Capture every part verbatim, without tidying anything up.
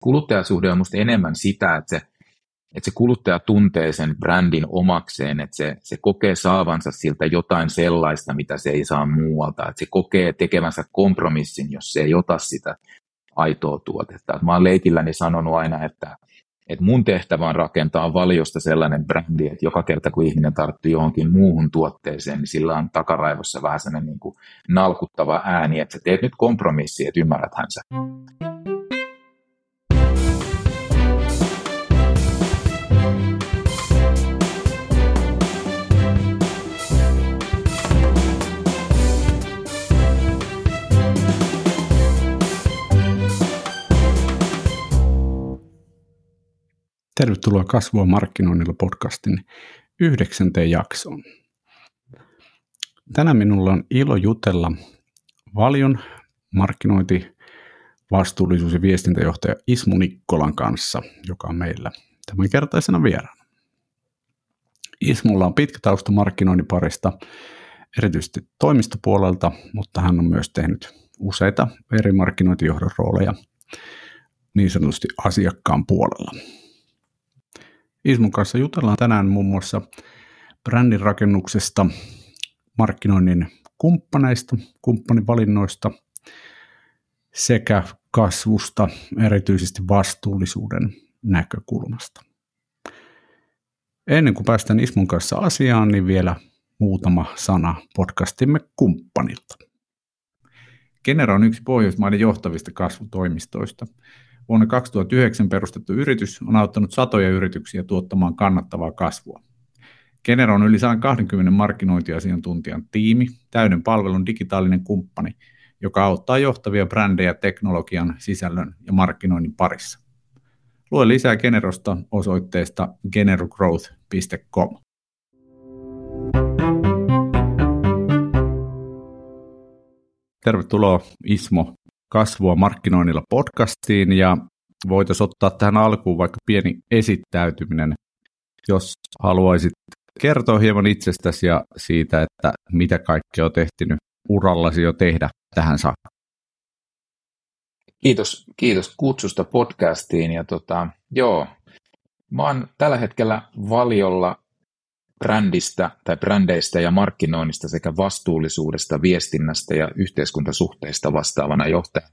kuluttajasuhde on musta enemmän sitä, että se, että se kuluttaja tuntee sen brändin omakseen, että se, se kokee saavansa siltä jotain sellaista, mitä se ei saa muualta, että se kokee tekevänsä kompromissin, jos se ei ota sitä aitoa tuotetta. Mä oon leikilläni sanonut aina, että, että mun tehtävä on rakentaa valiosta sellainen brändi, että joka kerta kun ihminen tarttuu johonkin muuhun tuotteeseen, niin sillä on takaraivossa vähän sellainen niin kuin nalkuttava ääni, että sä teet nyt kompromissi, että ymmärräthän sä. Tervetuloa Kasvua markkinoinnilla podcastin yhdeksänteen jaksoon. Tänään minulla on ilo jutella Valion markkinointi-, vastuullisuus- ja viestintäjohtaja Ismo Nikkolan kanssa, joka on meillä tämänkertaisena vieraana. Ismolla on pitkä tausta markkinoinnin parista, erityisesti toimistopuolelta, mutta hän on myös tehnyt useita eri markkinointijohdon rooleja niin sanotusti asiakkaan puolella. Ismon kanssa jutellaan tänään muun muassa brändin rakennuksesta, markkinoinnin kumppaneista, kumppanivalinnoista sekä kasvusta, erityisesti vastuullisuuden näkökulmasta. Ennen kuin päästään Ismon kanssa asiaan, niin vielä muutama sana podcastimme kumppanilta. Genera on yksi Pohjoismaiden johtavista kasvutoimistoista. Vuonna kaksituhattayhdeksän perustettu yritys on auttanut satoja yrityksiä tuottamaan kannattavaa kasvua. Genera on yli sata kaksikymmentä markkinointiasiantuntijan tiimi, täyden palvelun digitaalinen kumppani, joka auttaa johtavia brändejä teknologian, sisällön ja markkinoinnin parissa. Lue lisää Generosta osoitteesta generogrowth piste com. Tervetuloa Ismo Kasvua markkinoinnilla podcastiin, ja voitaisiin ottaa tähän alkuun vaikka pieni esittäytyminen, jos haluaisit kertoa hieman itsestäsi ja siitä, että mitä kaikkea olet ehtinyt urallasi jo tehdä tähän saakka. Kiitos, kiitos kutsusta podcastiin. Ja tota, joo, mä oon tällä hetkellä Valiolla brändistä tai brändeistä ja markkinoinnista sekä vastuullisuudesta, viestinnästä ja yhteiskuntasuhteista vastaavana johtaja.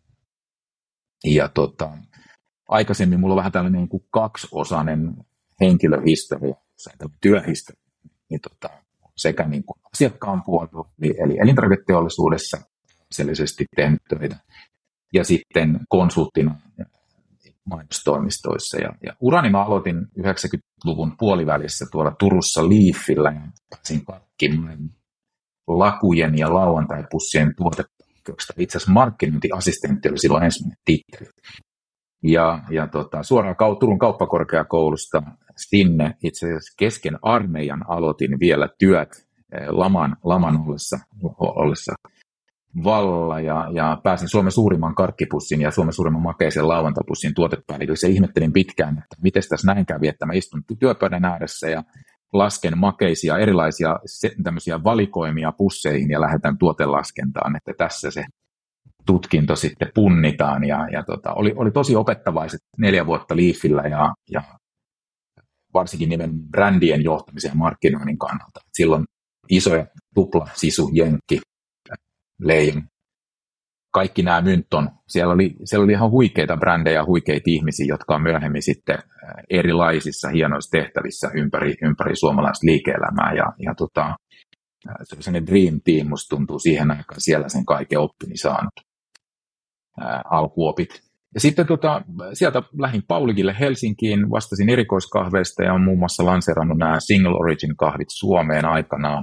Ja tota, aikaisemmin mulla on vähän tällainen niin kuin kaksiosainen henkilöhistoria, työhistoria, niin tota, sekä niin kuin asiakkaan puolella, eli elintarviketeollisuudessa selisesti tehnyt töitä, ja sitten konsulttina mainostoimistoissa. Ja, ja urani mä aloitin yhdeksänkymmentäluvun puolivälissä tuolla Turussa Leafillä ja pääsin kakkimaan lakujen ja lauantaipussien tuotepaikkoista. Itse asiassa markkinointiassistentti oli silloin ensimmäinen titteli. Ja, ja tota, suoraan Turun kauppakorkeakoulusta sinne itse asiassa kesken armeijan aloitin vielä työt laman, laman ollessa, ollessa vallalla ja, ja pääsin Suomen suurimman karkkipussin ja Suomen suurimman makeisen lauantapussin tuotepäälliköksi ja ihmettelin pitkään, että miten tässä näin kävi, että mä istun työpöydän ääressä ja lasken makeisia erilaisia tämmöisiä valikoimia pusseihin ja lähdetään tuotelaskentaan, että tässä se tutkinto sitten punnitaan ja, ja tota, oli, oli tosi opettavaiset neljä vuotta Leafillä ja, ja varsinkin nimen brändien johtamisen ja markkinoinnin kannalta. Silloin isoja tupla, sisu, jenkki, Leijon. Kaikki nämä Mynton. Siellä oli, siellä oli ihan huikeita brändejä ja huikeita ihmisiä, jotka on myöhemmin sitten erilaisissa hienoissa tehtävissä ympäri, ympäri suomalaista liike-elämää. Ja, ja tota, se on sellainen dream team, musta tuntuu siihen aikaan siellä sen kaiken oppini saanut. Ää, alkuopit. Ja sitten tota, sieltä lähdin Paulikille Helsinkiin, vastasin erikoiskahveista ja on muun muassa lanseerannut nämä Single Origin kahvit Suomeen aikanaan.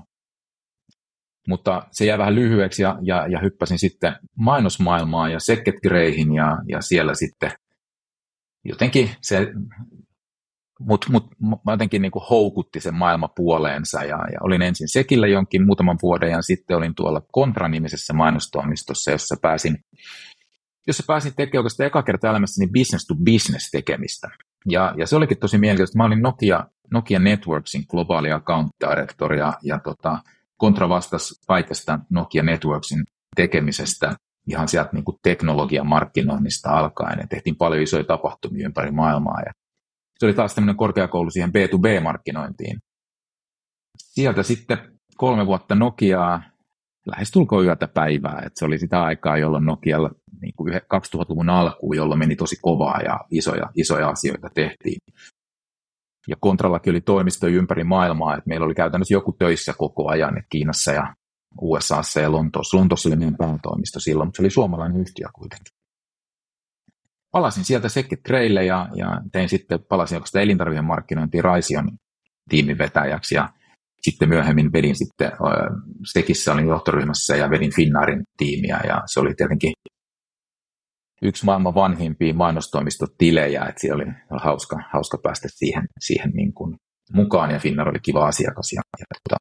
Mutta se jäi vähän lyhyeksi ja, ja, ja hyppäsin sitten mainosmaailmaan ja Secret Greyhin ja, ja siellä sitten jotenkin se mut, mut, mä jotenkin niin kuin houkutti sen maailma puoleensa ja, ja olin ensin Sekillä jonkin muutaman vuoden ja sitten olin tuolla Kontra-nimisessä mainostoimistossa, jossa pääsin, jossa pääsin tekemään oikeastaan eka kertaa elämässäni business to business tekemistä. Ja, ja se olikin tosi mielenkiintoista. Mä olin Nokia, Nokia Networksin globaali account director ja, ja tota, Kontra vastasi kaikesta Nokia Networksin tekemisestä ihan sieltä niin kuin teknologian markkinoinnista alkaen, ja tehtiin paljon isoja tapahtumia ympäri maailmaa, ja se oli taas tämmöinen korkeakoulu siihen B to B-markkinointiin. Sieltä sitten kolme vuotta Nokiaa, lähestulkoon yötä päivää, että se oli sitä aikaa, jolloin Nokialla niin kuin kaksituhattaluvun alkuun, jolloin meni tosi kovaa ja isoja, isoja asioita tehtiin. Ja Kontrallakin oli toimistoja ympäri maailmaa, että meillä oli käytännössä joku töissä koko ajan, että Kiinassa ja U S A:ssa ja Lontoossa. Lontoossa oli meidän päätoimisto silloin, mutta se oli suomalainen yhtiö kuitenkin. Palasin sieltä Second Greylle ja, ja tein sitten, palasin oikeastaan elintarvikemarkkinointiin Raision tiimivetäjäksi ja sitten myöhemmin vedin sitten, Sekissä olin johtoryhmässä ja vedin Finnairin tiimiä ja se oli tietenkin yksi maailman vanhimpia mainostoimistotilejä, että siellä oli hauska, hauska päästä siihen, siihen niin kuin mukaan ja Finnair oli kiva asiakas. Ja, ja tuota.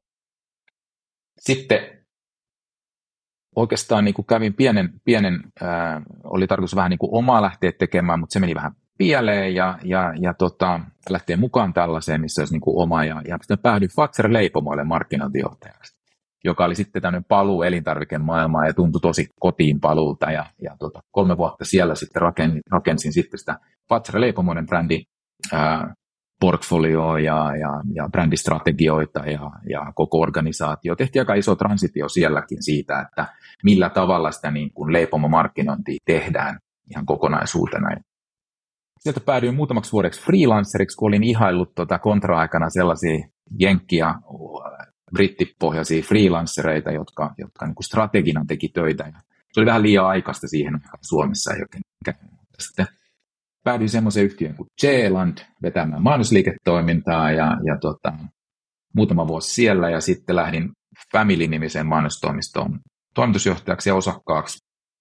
Sitten oikeastaan niin kuin kävin pienen, pienen ää, oli tarkoitus vähän niin kuin omaa lähteä tekemään, mutta se meni vähän pieleen ja, ja, ja tota, lähteä mukaan tällaiseen, missä olisi niin kuin oma. Ja, ja sitten päädyin Fazer-leipomoille markkinointijohtajaksi, joka oli sitten tämmöinen paluu elintarvikemaailmaan ja tuntui tosi kotiin paluulta. Ja, ja tota, kolme vuotta siellä sitten rakensin, rakensin sitten sitä Fazer-leipomoiden brändin ää, portfolioa ja, ja, ja brändistrategioita ja, ja koko organisaatio. Tehtiin aika iso transitio sielläkin siitä, että millä tavalla sitä niin kuin leipomomarkkinointia tehdään ihan kokonaisuutena. Sieltä päädyin muutamaksi vuodeksi freelanceriksi, kun olin ihaillut tuota kontra-aikana sellaisia jenkki- ja brittipohjaisia freelancereita, jotka, jotka niin kuin strategina teki töitä. Ja se oli vähän liian aikaista siihen, Suomessa ei oikein käynyt. Sitten päädyin semmoiseen yhtiöön kuin J-Land vetämään mainosliiketoimintaa ja, ja tota, muutama vuosi siellä ja sitten lähdin Family-nimiseen mainostoimistoon toimitusjohtajaksi ja osakkaaksi.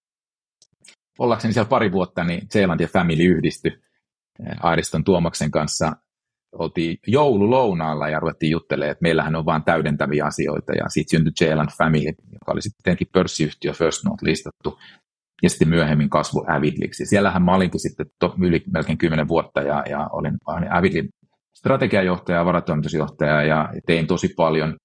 Ollakseni siellä pari vuotta, niin J-Land ja Family yhdistyi Airiston Tuomaksen kanssa. Oltiin joululounaalla ja ruvettiin juttelemaan, että meillähän on vain täydentäviä asioita ja siitä syntyi J-Land Family, joka oli sitten tietenkin pörssiyhtiö First North listattu. Ja sitten myöhemmin kasvu Avidliksi. Siellähän mä olinkin sitten to, yli melkein kymmenen vuotta ja, ja olin, olin Avidlin strategiajohtaja ja varatoimitusjohtaja ja tein tosi paljon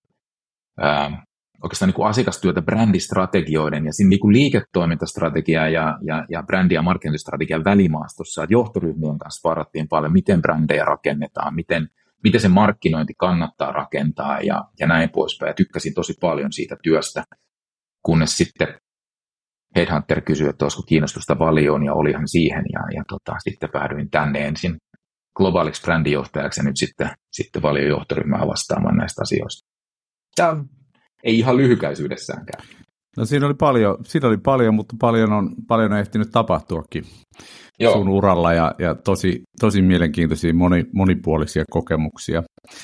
ää, oikeastaan niin kuin asiakastyötä brändistrategioiden ja siinä niin kuin liiketoimintastrategia ja, ja, ja brändi- ja markkinointistrategian välimaastossa. Että johtoryhmien kanssa varattiin paljon, miten brändejä rakennetaan, miten, miten se markkinointi kannattaa rakentaa ja, ja näin poispäin. Ja tykkäsin tosi paljon siitä työstä, kunnes sitten Headhunter kysyi, että olisiko kiinnostusta Valioon, ja olihan siihen, ja, ja tota, sitten päädyin tänne ensin globaaliksi brändijohtajaksi, ja nyt sitten, sitten Valion johtoryhmää vastaamaan näistä asioista. Tämä ei ihan lyhykäisyydessäänkään. No siinä oli paljon, siinä oli paljon mutta paljon on, paljon on ehtinyt tapahtuakin Joo. sun uralla, ja, ja tosi, tosi mielenkiintoisia moni, monipuolisia kokemuksia.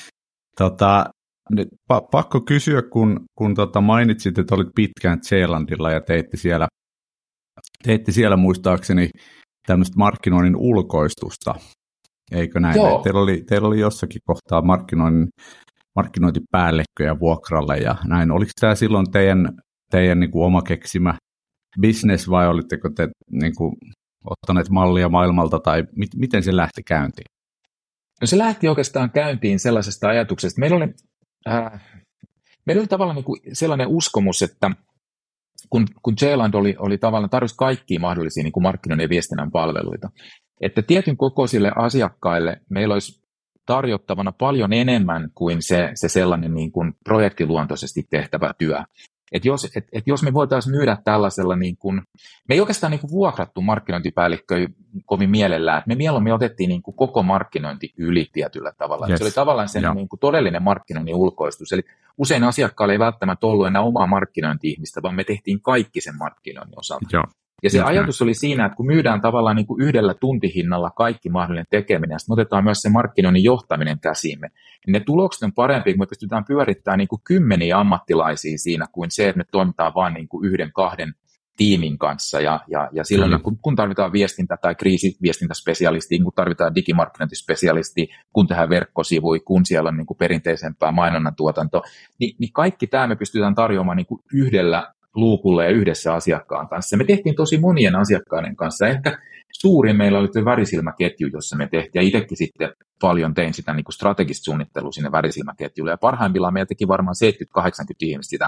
Tota, nyt pakko kysyä, kun, kun tota mainitsit, että olit pitkään J-Landilla ja teitte siellä, teitte siellä muistaakseni tämmöistä markkinoinnin ulkoistusta, eikö näin? Teillä oli, teillä oli jossakin kohtaa markkinoinnin, markkinointipäällikköjä vuokralle ja näin. Oliko tämä silloin teidän, teidän niin kuin oma keksimä business vai olitteko te niin kuin ottaneet mallia maailmalta tai mit, miten se lähti käyntiin? No se lähti oikeastaan käyntiin sellaisesta ajatuksesta. Meillä oli Äh, meillä oli tavallaan niin kuin sellainen uskomus, että kun, kun J-Land oli, oli tavallaan tarjosi kaikkia mahdollisia niin kuin markkinoinnin ja viestinnän palveluita, että tietyn kokoisille asiakkaille meillä olisi tarjottavana paljon enemmän kuin se, se sellainen niin kuin projektiluontoisesti tehtävä työ. Että jos, et, et jos me voitaisiin myydä tällaisella, niin kuin, me ei oikeastaan niin kuin vuokrattu markkinointipäällikköä kovin mielellään, että me mieluummin otettiin niin kuin koko markkinointi yli tietyllä tavalla. Yes. Se oli tavallaan sen niin kuin todellinen markkinoinnin ulkoistus, eli usein asiakkaalla ei välttämättä ollut enää omaa markkinointi-ihmistä, vaan me tehtiin kaikki sen markkinoinnin osalta. Ja, ja se yes, ajatus oli siinä, että kun myydään tavallaan niin kuin yhdellä tuntihinnalla kaikki mahdollinen tekeminen, ja sitten me otetaan myös se markkinoinnin johtaminen käsiimme, niin ne tulokset on parempi, kun me pystytään pyörittämään niin kuin kymmeniä ammattilaisia siinä, kuin se, että me toimitaan vain niin kuin yhden, kahden tiimin kanssa, ja, ja, ja silloin mm. kun, kun tarvitaan viestintä- tai kriisiviestintäspesialistia, kun tarvitaan digimarkkinointispesialistia, kun tehdään verkkosivuja, kun siellä on niin kuin perinteisempää mainonnan tuotanto, niin, niin kaikki tämä me pystytään tarjoamaan niin kuin yhdellä luukulla ja yhdessä asiakkaan kanssa. Me tehtiin tosi monien asiakkaiden kanssa. Ehkä suurin meillä oli se värisilmäketju, jossa me tehtiin, ja itsekin sitten paljon tein sitä niin kuin strategista suunnittelua sinne värisilmäketjulle, ja parhaimmillaan meillä teki varmaan seitsemänkymmentä kahdeksankymmentä ihmistä sitä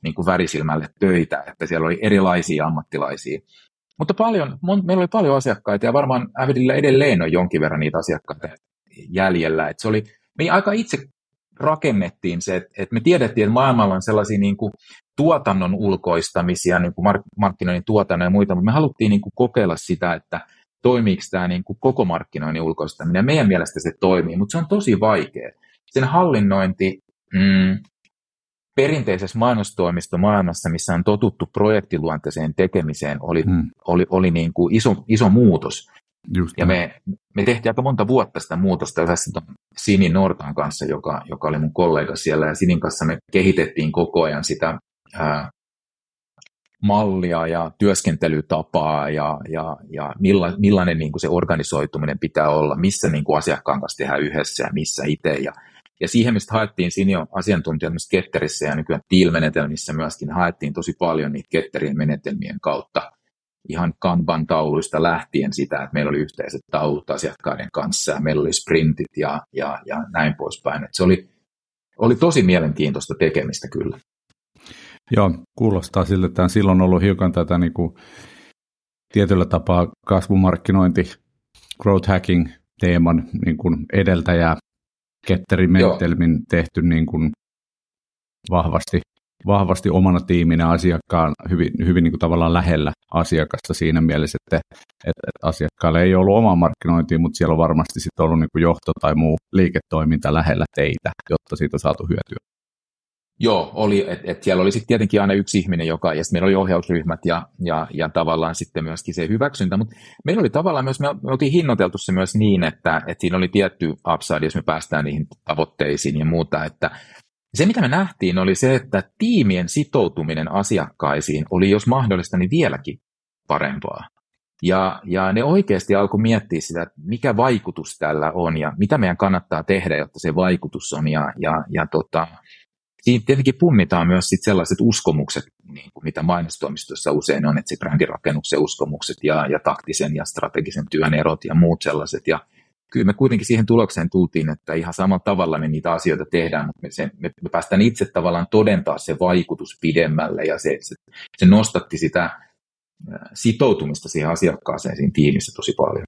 niin kuin värisilmälle töitä, että siellä oli erilaisia ammattilaisia. Mutta paljon, meillä oli paljon asiakkaita ja varmaan Avidilla edelleen on jonkin verran niitä asiakkaita jäljellä. Että se oli, me aika itse rakennettiin se, että, että me tiedettiin, että maailmalla on sellaisia niin kuin tuotannon ulkoistamisia, niin kuin mark- markkinoinnin tuotannon ja muita, mutta me haluttiin niin kuin kokeilla sitä, että toimiiko tämä niin kuin koko markkinoinnin ulkoistaminen. Ja meidän mielestä se toimii, mutta se on tosi vaikea. Sen hallinnointi mm, perinteisessä mainostoimistomaailmassa, missä on totuttu projektiluonteiseen tekemiseen, oli, hmm. oli, oli niin kuin iso, iso muutos. Just ja me, me tehtiin aika monta vuotta sitä muutosta yhdessä Sini Nortan kanssa, joka, joka oli mun kollega siellä. Ja Sinin kanssa me kehitettiin koko ajan sitä ää, mallia ja työskentelytapaa ja, ja, ja milla, millainen niin kuin se organisoituminen pitää olla, missä niin kuin asiakkaan kanssa tehdään yhdessä ja missä itse. Ja, ja siihen, mistä haettiin Sinio asiantuntijat myös Ketterissä ja nykyään Deal-menetelmissä myöskin haettiin tosi paljon niitä Ketterien menetelmien kautta. Ihan Kanban-tauluista lähtien sitä, että meillä oli yhteiset taulut asiakkaiden kanssa ja meillä oli sprintit ja, ja, ja näin poispäin. Et se oli, oli tosi mielenkiintoista tekemistä kyllä. Joo, kuulostaa siltä, että silloin on ollut hiukan tätä niin kuin tietyllä tapaa kasvumarkkinointi, growth hacking teeman niin kuin edeltäjää, Ketterin menetelmin tehty niin kuin vahvasti, vahvasti omana tiiminä asiakkaan hyvin, hyvin niin kuin tavallaan lähellä asiakasta siinä mielessä, että, että asiakkaalle ei ollut omaa markkinointia, mutta siellä on varmasti sitten ollut niin kuin johto tai muu liiketoiminta lähellä teitä, jotta siitä on saatu hyötyä. Joo, oli, että et siellä oli sitten tietenkin aina yksi ihminen, joka, ja sitten meillä oli ohjausryhmät ja, ja, ja tavallaan sitten myöskin se hyväksyntä, mutta meillä oli tavallaan myös, me, me oltiin hinnoiteltu se myös niin, että, että siinä oli tietty upside, jos me päästään niihin tavoitteisiin ja muuta, että se mitä me nähtiin oli se, että tiimien sitoutuminen asiakkaisiin oli jos mahdollista niin vieläkin parempaa. Ja, ja ne oikeasti alkoi miettiä sitä, että mikä vaikutus tällä on ja mitä meidän kannattaa tehdä, jotta se vaikutus on ja, ja, ja tota, siinä tietenkin punnitaan myös sit sellaiset uskomukset, niin kuin mitä mainostoimistossa usein on, että se brändirakennuksen uskomukset ja, ja taktisen ja strategisen työn erot ja muut sellaiset. Ja kyllä me kuitenkin siihen tulokseen tultiin, että ihan samalla tavalla me niitä asioita tehdään, mutta me, se, me, me päästään itse tavallaan todentaa se vaikutus pidemmälle ja se, se, se nostatti sitä sitoutumista siihen asiakkaaseen siinä tiimissä tosi paljon.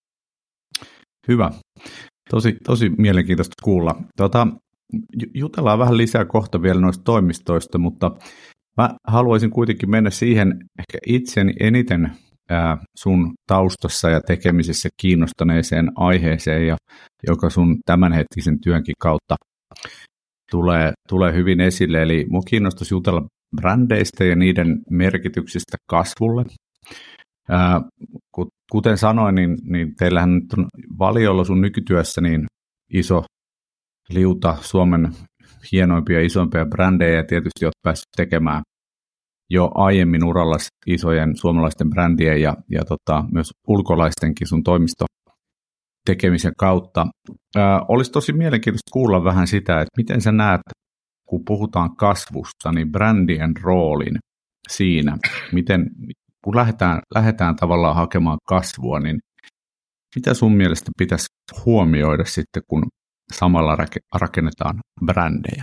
Hyvä. Tosi, tosi mielenkiintoista kuulla. Tuota, jutellaan vähän lisää kohta vielä noista toimistoista, mutta mä haluaisin kuitenkin mennä siihen ehkä itseni eniten ää, sun taustassa ja tekemisessä kiinnostaneeseen aiheeseen, ja joka sun tämänhetkisen työnkin kautta tulee, tulee hyvin esille. Eli mun kiinnostaisi jutella brändeistä ja niiden merkityksistä kasvulle. Ää, kuten sanoin, niin, niin teillähän nyt on valiolla sun nykytyössä niin iso liuta Suomen hienoimpia ja isoimpia brändejä, ja tietysti olet päässyt tekemään jo aiemmin uralla isojen suomalaisten brändien ja, ja tota, myös ulkolaistenkin sun toimistotekemisen kautta. Ää, olisi tosi mielenkiintoista kuulla vähän sitä, että miten sä näet, kun puhutaan kasvusta, niin brändien roolin siinä, miten, kun lähdetään, lähdetään tavallaan hakemaan kasvua, niin mitä sun mielestä pitäisi huomioida sitten, kun samalla rakennetaan brändejä?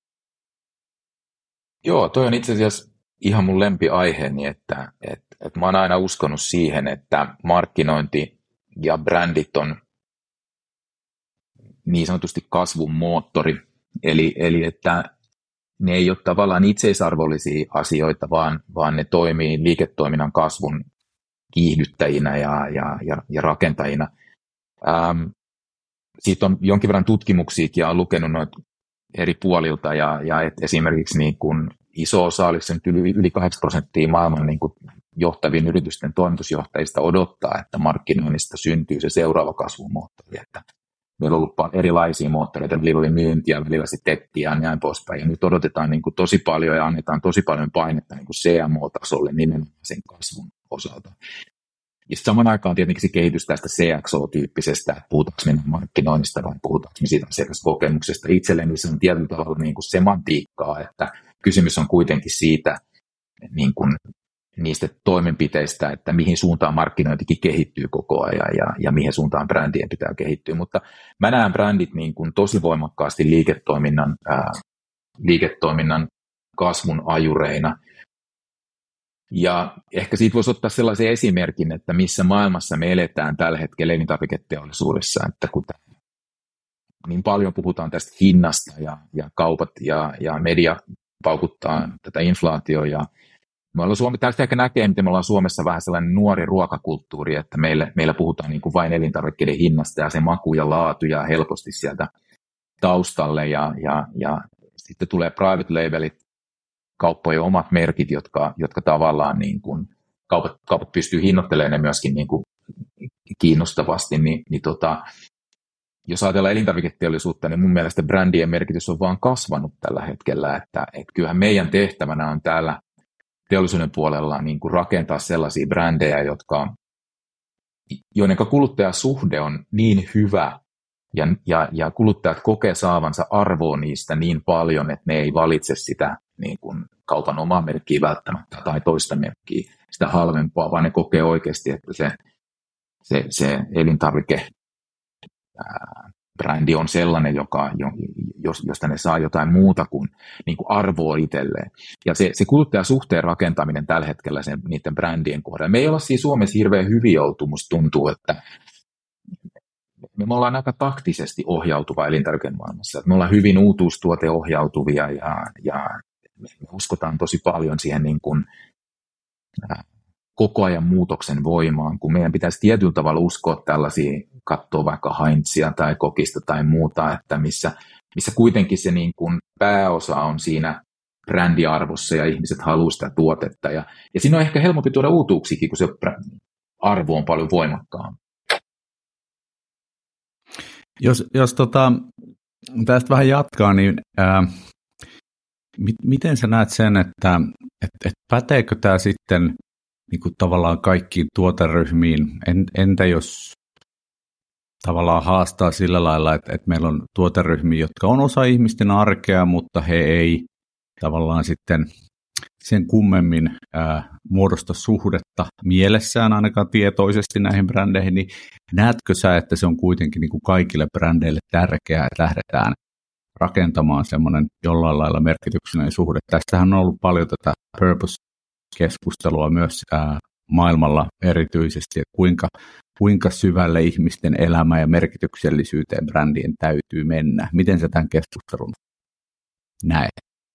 Joo, toi on itse asiassa ihan mun lempiaiheeni, että, että, että mä oon aina uskonut siihen, että markkinointi ja brändit on niin sanotusti kasvun moottori, eli, eli että ne ei ole tavallaan itseisarvollisia asioita, vaan, vaan ne toimii liiketoiminnan kasvun kiihdyttäjinä ja, ja, ja, ja rakentajina. Ähm, Siitä on jonkin verran tutkimuksiakin ja olen lukenut noita eri puolilta, ja, ja et esimerkiksi niin kun iso osa, oliko se nyt yli, yli kahdeksan prosenttia maailman niin kun johtavien yritysten toimitusjohtajista odottaa, että markkinoinnista syntyy se seuraava kasvumoottori. Että meillä on ollut erilaisia moottoreita, välillä oli myyntiä, välillä sitten tettiä ja näin poispäin, ja nyt odotetaan niin kun tosi paljon ja annetaan tosi paljon painetta niin kun C M O-tasolle nimenomaan sen kasvun osalta. Ja saman aikaan tietenkin se kehitys tästä C X O-tyyppisestä, että puhutaanko me markkinoinnista vai puhutaanko me siitä asiakaskokemuksesta itselleni, se on tietyllä tavalla niin kuin semantiikkaa, että kysymys on kuitenkin siitä niin kuin niistä toimenpiteistä, että mihin suuntaan markkinointikin kehittyy koko ajan ja, ja mihin suuntaan brändien pitää kehittyä, mutta mä näen brändit niin kuin tosi voimakkaasti liiketoiminnan, ää, liiketoiminnan kasvun ajureina. Ja ehkä siitä voisi ottaa sellaisen esimerkin, että missä maailmassa me eletään tällä hetkellä elintarviketeollisuudessa, että kun niin paljon puhutaan tästä hinnasta ja, ja kaupat ja, ja media paukuttaa tätä inflaatioa. Ja me ollaan Suomi, tästä ehkä näkee, miten me ollaan Suomessa vähän sellainen nuori ruokakulttuuri, että meillä, meillä puhutaan niin kuin vain elintarvikkeiden hinnasta ja se maku ja laatu jää helposti sieltä taustalle. Ja, ja, ja sitten tulee private labelit, kauppojen omat merkit, jotka, jotka tavallaan niin kuin, kaupat, kaupat pystyy hinnoittelemaan ne myöskin niin kuin kiinnostavasti, niin, niin tota, jos ajatellaan elintarviketeollisuutta, niin mun mielestä brändien merkitys on vaan kasvanut tällä hetkellä, että, että kyllähän meidän tehtävänä on täällä teollisuuden puolella niin kuin rakentaa sellaisia brändejä, jotka, joiden kuluttajasuhde on niin hyvä, ja, ja, ja kuluttajat kokee saavansa arvoa niistä niin paljon, että ne ei valitse sitä niin kuin kaupan omaa merkkiä välttämättä tai toista merkkiä, sitä halvempaa, vaan ne kokee oikeasti, että se, se, se elintarvike brändi on sellainen, joka, josta ne saa jotain muuta kuin, niin kuin arvoa itselleen. Ja se, se kuluttajasuhteen rakentaminen tällä hetkellä sen, niiden brändien kohdalla. Me ei olla siis Suomessa hirveän hyvin oltu, musta tuntuu, että me ollaan aika taktisesti ohjautuva elintarvikemaailmassa. Me ollaan hyvin uutuustuoteohjautuvia ja, ja me uskotaan tosi paljon siihen niin kuin, äh, koko ajan muutoksen voimaan, kun meidän pitäisi tietyllä tavalla uskoa tällaisia, katsoa vaikka Heinzia tai Kokista tai muuta, että missä, missä kuitenkin se niin kuin pääosa on siinä brändiarvossa ja ihmiset haluaa sitä tuotetta. Ja, ja siinä on ehkä helpompi tuoda uutuuksikin, kun se arvo on paljon voimakkaampi. Jos, jos tota, tästä vähän jatkaa, niin ää, mit, miten sä näet sen, että et, et päteekö tämä sitten niin kuin tavallaan kaikkiin tuoteryhmiin? En, entä jos tavallaan haastaa sillä lailla, että, että meillä on tuoteryhmiä, jotka on osa ihmisten arkea, mutta he ei tavallaan sitten sen kummemmin ää, muodosta suhdetta mielessään ainakaan tietoisesti näihin brändeihin, niin näetkö sä, että se on kuitenkin niin kuin kaikille brändeille tärkeää, että lähdetään rakentamaan semmoinen jollain lailla merkityksellinen suhde? Tästähän on ollut paljon tätä purpose-keskustelua myös ää, maailmalla erityisesti, että kuinka, kuinka syvälle ihmisten elämä ja merkityksellisyyteen brändien täytyy mennä. Miten sä tämän keskustelun näet?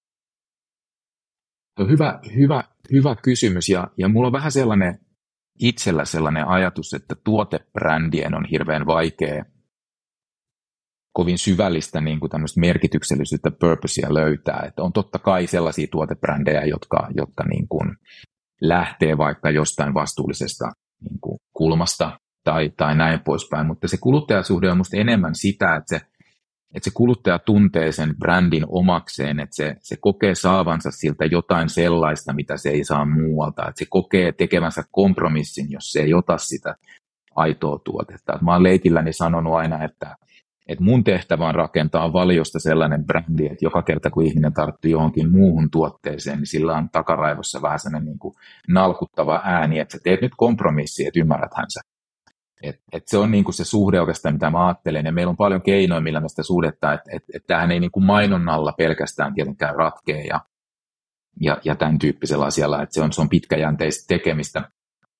Hyvä, hyvä, hyvä kysymys, ja, ja mulla on vähän sellainen itsellä sellainen ajatus, että tuotebrändien on hirveän vaikea kovin syvällistä niin kuin tämmöistä merkityksellisyyttä, purposea löytää. Että on totta kai sellaisia tuotebrändejä, jotka, jotka niin kuin lähtee vaikka jostain vastuullisesta niin kuin kulmasta tai, tai näin poispäin, mutta se kuluttajasuhde on musta enemmän sitä, että se että se kuluttaja tuntee sen brändin omakseen, että se, se kokee saavansa siltä jotain sellaista, mitä se ei saa muualta, että se kokee tekevänsä kompromissin, jos se ei ota sitä aitoa tuotetta. Et mä oon leikilläni sanonut aina, että, että mun tehtävä on rakentaa valiosta sellainen brändi, että joka kerta kun ihminen tarttuu johonkin muuhun tuotteeseen, niin sillä on takaraivossa vähän sellainen niin kuin nalkuttava ääni, että sä teet nyt kompromissi, että ymmärräthän sä. Et, et se on niinku se suhde oikeastaan, mitä mä ajattelen, ja meillä on paljon keinoja, millä me sitä suhdetta, että et, et tämähän ei niinku mainonnalla pelkästään tietenkään ratkea, ja, ja, ja tämän tyyppisellä asialla, että se on, se on pitkäjänteistä tekemistä.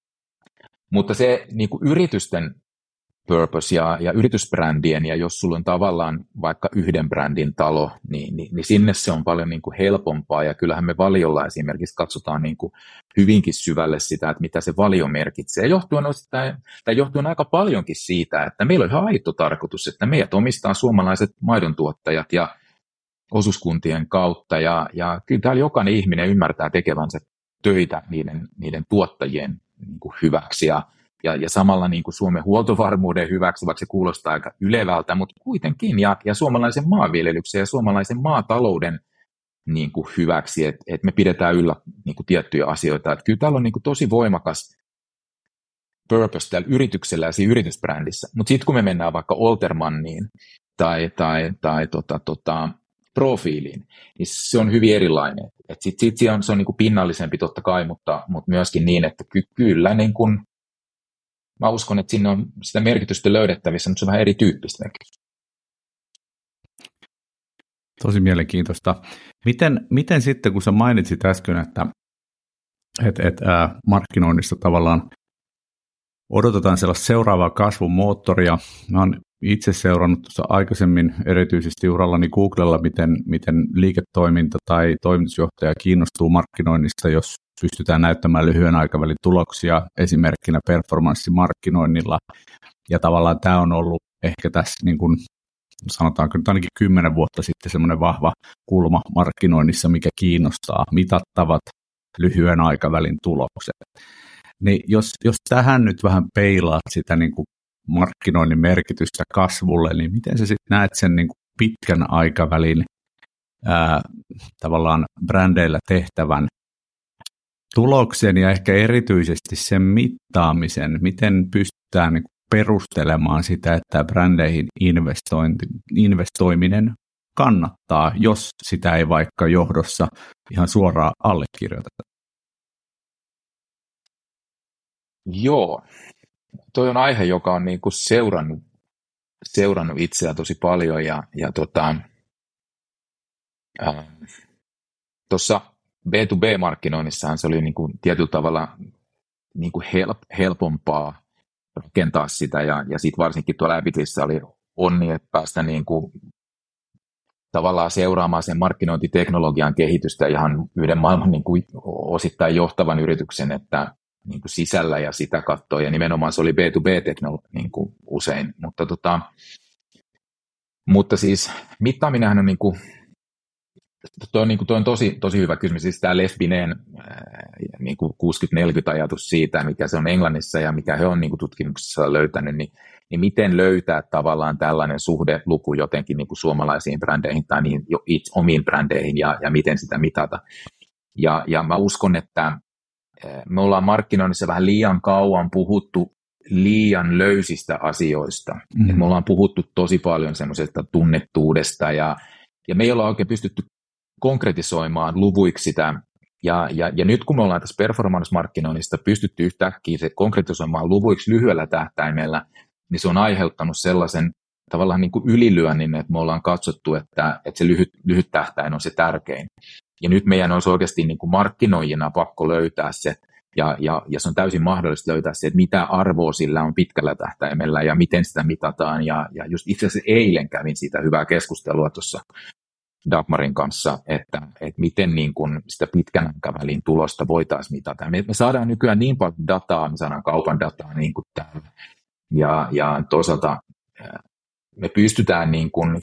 Mutta se niinku yritysten purpose ja, ja yritysbrändien, ja jos sulla on tavallaan vaikka yhden brändin talo, niin, niin, niin sinne se on paljon niin kuin helpompaa, ja kyllähän me valiolla esimerkiksi katsotaan niin kuin hyvinkin syvälle sitä, että mitä se valio merkitsee, johtuen, osittain, tai johtuen aika paljonkin siitä, että meillä on ihan aito tarkoitus, että meidät omistaa suomalaiset maidontuottajat ja osuuskuntien kautta, ja, ja kyllä täällä jokainen ihminen ymmärtää tekevänsä töitä niiden, niiden tuottajien niin kuin hyväksi, ja Ja, ja samalla niin kuin Suomen huoltovarmuuden hyväksi, vaikka se kuulostaa aika ylevältä, mutta kuitenkin, ja, ja suomalaisen maanviljelyksen ja suomalaisen maatalouden niin kuin hyväksi, että et me pidetään yllä niin kuin tiettyjä asioita. Et kyllä täällä on niin kuin tosi voimakas purpose tällä yrityksellä ja siinä yritysbrändissä, mutta sitten kun me mennään vaikka Oltermanniin tai, tai, tai tota, tota, profiiliin, niin se on hyvin erilainen. Sitten sit se on, se on niin kuin pinnallisempi totta kai, mutta, mutta myöskin niin, että ky- kyllä niin kuin mä uskon, että sinne on sitä merkitystä löydettävissä, mutta se on vähän erityyppistä. Tosi mielenkiintoista. Miten, miten sitten, kun sä mainitsit äsken, että et, et, ää, markkinoinnissa tavallaan odotetaan sellaista seuraavaa kasvun moottoria. Mä oon itse seurannut tuossa aikaisemmin erityisesti urallani Googlella, miten, miten liiketoiminta tai toimitusjohtaja kiinnostuu markkinoinnista, jos pystytään näyttämään lyhyen aikavälin tuloksia esimerkkinä performanssimarkkinoinnilla. Ja tavallaan tämä on ollut ehkä tässä, niin kuin sanotaanko nyt ainakin kymmenen vuotta sitten, semmoinen vahva kulma markkinoinnissa, mikä kiinnostaa, mitattavat lyhyen aikavälin tulokset. Niin jos, jos tähän nyt vähän peilaat sitä niin kuin markkinoinnin merkitystä kasvulle, niin miten sä sitten näet sen niin kuin pitkän aikavälin ää, tavallaan brändeillä tehtävän tuloksen ja ehkä erityisesti sen mittaamisen, miten pystytään niin kuin perustelemaan sitä, että brändeihin investointi, investoiminen kannattaa, jos sitä ei vaikka johdossa ihan suoraan allekirjoiteta. Joo, toi on aihe, joka on niin kuin seurannut, seurannut itseä tosi paljon ja, ja tota, äh, tuossa B to B-markkinoinnissahan se oli niin kuin tietyllä tavalla niin kuin help, helpompaa rakentaa sitä ja, ja sitten varsinkin tuolla Abitissa oli onni, että päästä niin kuin tavallaan seuraamaan sen markkinointiteknologian kehitystä ihan yhden maailman niin kuin osittain johtavan yrityksen, että niin kuin sisällä ja sitä katsoa, ja nimenomaan se oli B to B-teknologia niin kuin usein, mutta, tota, mutta siis mittaaminenhan on, niin kuin, toi on, niin kuin, toi on tosi, tosi hyvä kysymys, siis tämä Lefbineen niin kuin kuusikymmentä neljäkymmentä ajatus siitä, mikä se on Englannissa ja mikä he on niin kuin tutkimuksessa löytänyt, niin, niin miten löytää tavallaan tällainen suhdeluku jotenkin niin kuin suomalaisiin brändeihin tai niin, jo itse omiin brändeihin ja, ja miten sitä mitata. Ja, ja mä uskon, että me ollaan markkinoinnissa vähän liian kauan puhuttu liian löysistä asioista. Mm-hmm. Me ollaan puhuttu tosi paljon semmoisesta tunnettuudesta ja, ja me ei olla oikein pystytty konkretisoimaan luvuiksi sitä. Ja, ja, ja nyt kun me ollaan tässä performance-markkinoinnista pystytty yhtäkkiä se konkretisoimaan luvuiksi lyhyellä tähtäimellä, niin se on aiheuttanut sellaisen tavallaan niin kuin ylilyönnin, että me ollaan katsottu, että, että se lyhyt, lyhyt tähtäin on se tärkein. Ja nyt meidän olisi oikeasti niin kuin markkinoijina pakko löytää se, ja, ja, ja se on täysin mahdollista löytää se, että mitä arvoa sillä on pitkällä tähtäimellä ja miten sitä mitataan. Ja, ja just itse asiassa eilen kävin siitä hyvää keskustelua tuossa Dagmarin kanssa, että, että miten niin kuin sitä pitkän aikavälin tulosta voitaisiin mitata. Me, me saadaan nykyään niin paljon dataa, me saadaan kaupan dataa niin kuin täällä. Ja, ja toisaalta me pystytään niin kuin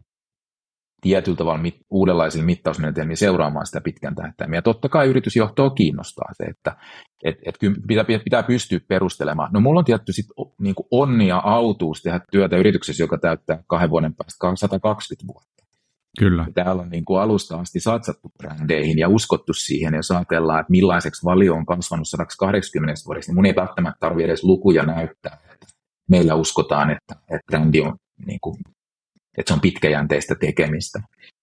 tietyllä tavalla mit, uudenlaisilla mittausmenetelmillä seuraamaan sitä pitkän tähtäimellä. Ja totta kai yritysjohtoa kiinnostaa se, että et, et pitää, pitää pystyä perustelemaan. No mulla on tietty sit niin kuin onni ja autuus tehdä työtä yrityksessä, joka täyttää kahden vuoden päästä sata kaksikymmentä vuotta. Kyllä. Ja täällä on niin kuin alusta asti satsattu brändeihin ja uskottu siihen, jos ajatellaan, että millaiseksi valio on kasvanut sata kahdeksankymmentä vuodeksi, niin mun ei välttämättä tarvitse edes lukuja näyttää. Meillä uskotaan, että, että brändi on niin kuin että se on pitkäjänteistä tekemistä.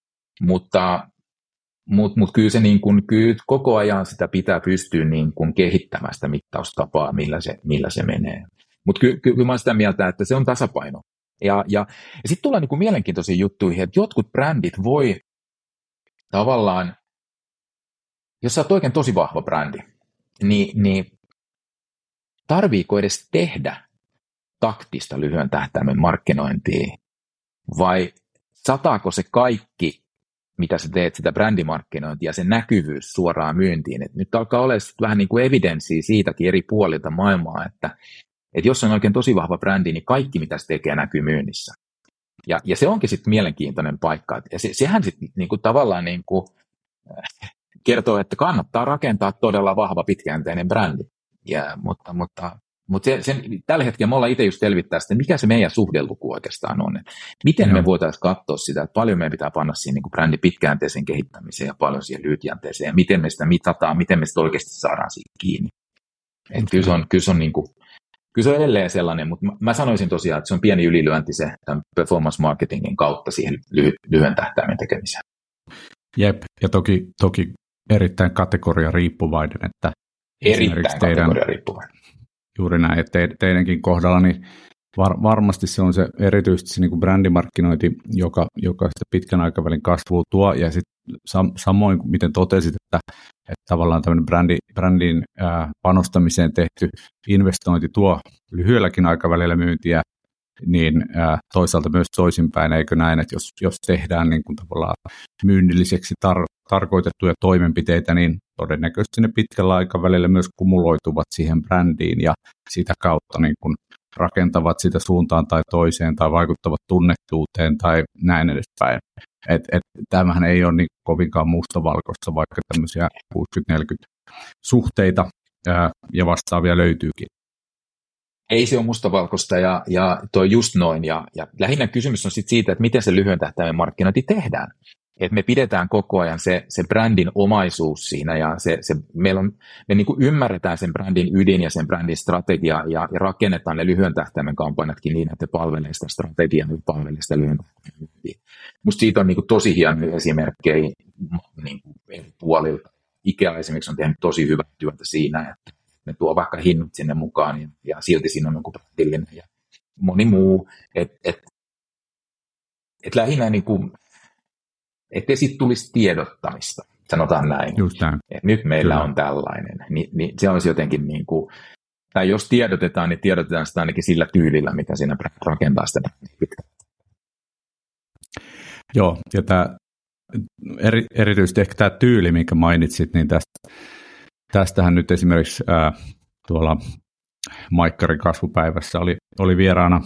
Mutta, mutta, mutta kyllä, se niin kuin, kyllä koko ajan sitä pitää pystyä niin kuin kehittämään sitä mittaustapaa, millä se, millä se menee. Mutta kyllä, kyllä mä olen sitä mieltä, että se on tasapaino. Ja, ja, ja sitten tullaan niin kuin mielenkiintoisiin juttuihin, että jotkut brändit voi tavallaan, jos sä oot oikein tosi vahva brändi, niin, niin tarviiko edes tehdä taktista lyhyen tähtäimen markkinointia? Vai sataako se kaikki, mitä sä teet sitä brändimarkkinointia ja se näkyvyys suoraan myyntiin? Et nyt alkaa olla vähän niin kuin evidenssiä siitäkin eri puolilta maailmaa, että, että jos on oikein tosi vahva brändi, niin kaikki mitä se tekee näkyy myynnissä. Ja, ja se onkin sitten mielenkiintoinen paikka. Ja se, sehän sitten niin kuin tavallaan niin kuin kertoo, että kannattaa rakentaa todella vahva pitkäjänteinen brändi. Ja, mutta mutta Mutta se, sen, tällä hetkellä me ollaan itse just selvittää sitä, mikä se meidän suhdeluku oikeastaan on. Miten Joo. me voitaisiin katsoa sitä, että paljon meidän pitää panna siihen niin kuin brändin pitkäjänteiseen kehittämiseen ja paljon siihen lyhytjänteeseen. Ja miten me sitä mitataan, miten me sitä oikeasti saadaan siitä kiinni. Et kyllä se on, kyllä se on, niin kuin, kyllä se on edelleen sellainen, mutta mä, mä sanoisin tosiaan, että se on pieni ylilyönti se performance marketingin kautta siihen lyhy, lyhyen tähtäimen tekemiseen. Jep, ja toki, toki erittäin kategoria riippuvainen. Että erittäin kategoria riippuvainen. Juuri näin, että te, teidänkin kohdalla niin var, varmasti se on se erityisesti se niin kuin brändimarkkinointi, joka, joka sitä pitkän aikavälin kasvua tuo, ja sitten sam, samoin, miten totesit, että, että tavallaan tämmöinen brändi, brändin ää, panostamiseen tehty investointi tuo lyhyelläkin aikavälillä myyntiä, niin ää, toisaalta myös toisinpäin, eikö näin, että jos, jos tehdään niin kuin tavallaan myynnilliseksi tar- tarkoitettuja toimenpiteitä, niin todennäköisesti ne pitkällä aikavälillä myös kumuloituvat siihen brändiin ja sitä kautta niin kuin rakentavat sitä suuntaan tai toiseen tai vaikuttavat tunnettuuteen tai näin edespäin. Et, et, tämähän ei ole niin kovinkaan mustavalkoista, vaikka tämmöisiä kuusikymmentä neljäkymmentä suhteita ää, ja vastaavia löytyykin. Ei se ole mustavalkoista ja, ja toi just noin. Ja, ja lähinnä kysymys on sit siitä, että miten se lyhyen tähtäimen markkinointi tehdään. Et me pidetään koko ajan se, se brändin omaisuus siinä ja se, se, meillä on, me niin kuin ymmärretään sen brändin ydin ja sen brändin strategia ja, ja rakennetaan ne lyhyen tähtäimen kampanjatkin niin, että palvelee sitä strategiaa ja palvelee sitä lyhyen tähtäimen. Musta siitä on niin kuin tosi hienoja esimerkkejä niin kuin eri puolilta. IKEA esimerkiksi on tehnyt tosi hyvää työtä siinä, että ne tuo vaikka hinnat sinne mukaan ja, ja silti siinä on joku brändillinen ja moni muu. Että et, et lähinnä niin kuin ettei siitä tulisi tiedottamista, sanotaan näin. Et nyt meillä Kyllä. on tällainen. Ni, ni, se olisi jotenkin niin kuin, tai jos tiedotetaan, niin tiedotetaan sitä ainakin sillä tyylillä, mitä siinä rakentaa sitä pitkään. Joo, ja tämä, eri, erityisesti ehkä tämä tyyli, minkä mainitsit, niin tästä, tästähän nyt esimerkiksi ää, tuolla Maikkarin kasvupäivässä oli, oli vieraana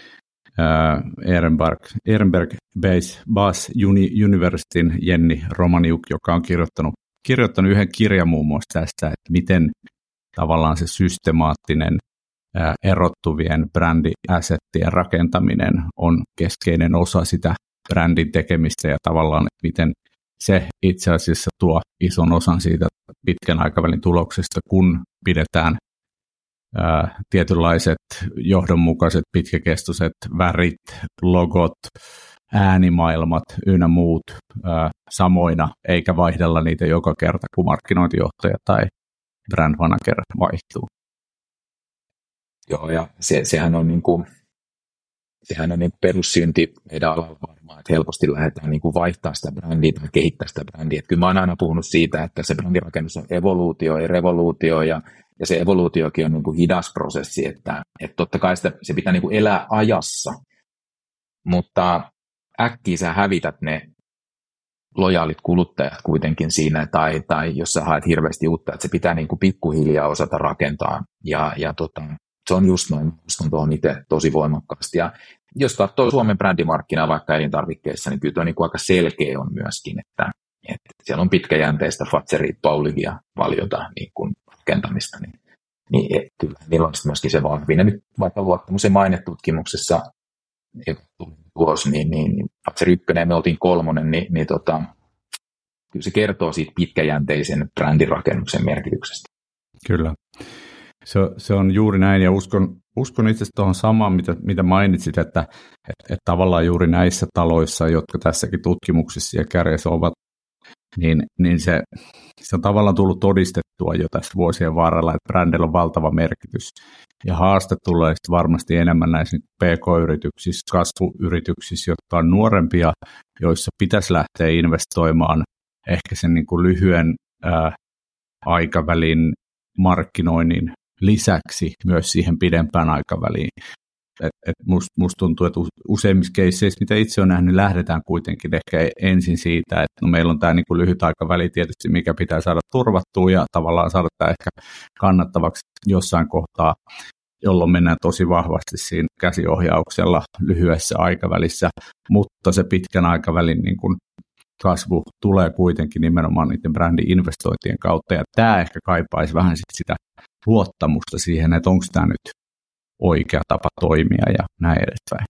Uh, Ehrenberg, Ehrenberg Base Bas Universityn Jenni Romaniuk, joka on kirjoittanut, kirjoittanut yhden kirjan muun muassa tästä, että miten tavallaan se systemaattinen uh, erottuvien brändiassettien rakentaminen on keskeinen osa sitä brändin tekemistä ja tavallaan, että miten se itse asiassa tuo ison osan siitä pitkän aikavälin tuloksesta, kun pidetään Ää, tietynlaiset johdonmukaiset pitkäkestoiset värit, logot, äänimaailmat ynnä muut ää, samoina, eikä vaihdella niitä joka kerta, kun markkinointijohtaja tai brand manager vaihtuu. Joo, ja se, sehän on, niin kuin, sehän on niin perussynti meidän alalla varmaan, että helposti lähdetään niin kuin vaihtaa sitä brändiä tai kehittää sitä brändiä. Että kyllä mä oon aina puhunut siitä, että se brändirakennus on evoluutio, ei revoluutio, ja Ja se evoluutiokin on niin kuin hidas prosessi, että, että totta kai sitä, se pitää niin kuin elää ajassa, mutta äkkiä sä hävität ne lojaalit kuluttajat kuitenkin siinä, tai, tai jos sä haet hirveästi uutta, että se pitää niin kuin pikkuhiljaa osata rakentaa, ja, ja tota, se on just noin, uskon tuohon itse tosi voimakkaasti, ja jos katsoo Suomen brändimarkkinaa vaikka elintarvikkeissa, niin kyllä tuo niin kuin aika selkeä on myöskin, että, että siellä on pitkäjänteistä Fazeria, Pauligia, valiota niin kuin rakentamista, niin, niin et, kyllä niillä on myöskin se vahvin. Ja nyt vaikka luottamus- ja mainetutkimuksessa, joka tuli tuossa, niin, niin, niin Fazer ykkönen me oltiin kolmonen, niin, niin tota, kyllä se kertoo siitä pitkäjänteisen brändirakennuksen merkityksestä. Kyllä. Se, se on juuri näin, ja uskon, uskon itse asiassa tuohon samaan, mitä, mitä mainitsit, että, että, että tavallaan juuri näissä taloissa, jotka tässäkin tutkimuksissa ja kärjessä ovat, niin, niin se, se on tavallaan tullut todistettua jo tässä vuosien varrella, että brändillä on valtava merkitys. Ja haaste tulee varmasti enemmän näissä P K-yrityksissä, kasvuyrityksissä, jotka on nuorempia, joissa pitäisi lähteä investoimaan ehkä sen niin kuin lyhyen ää, aikavälin markkinoinnin lisäksi myös siihen pidempään aikaväliin. Et, et must, musta tuntuu, että useimmissa keisseissä, mitä itse olen nähnyt, lähdetään kuitenkin ehkä ensin siitä, että no meillä on tämä niin kuin lyhyt aikaväli tietysti, mikä pitää saada turvattua ja tavallaan saada tämä ehkä kannattavaksi jossain kohtaa, jolloin mennään tosi vahvasti siinä käsiohjauksella lyhyessä aikavälissä, mutta se pitkän aikavälin niin kuin kasvu tulee kuitenkin nimenomaan niiden brändi-investointien kautta, ja tämä ehkä kaipaisi vähän sit sitä luottamusta siihen, että onko tämä nyt oikea tapa toimia ja näin edespäin.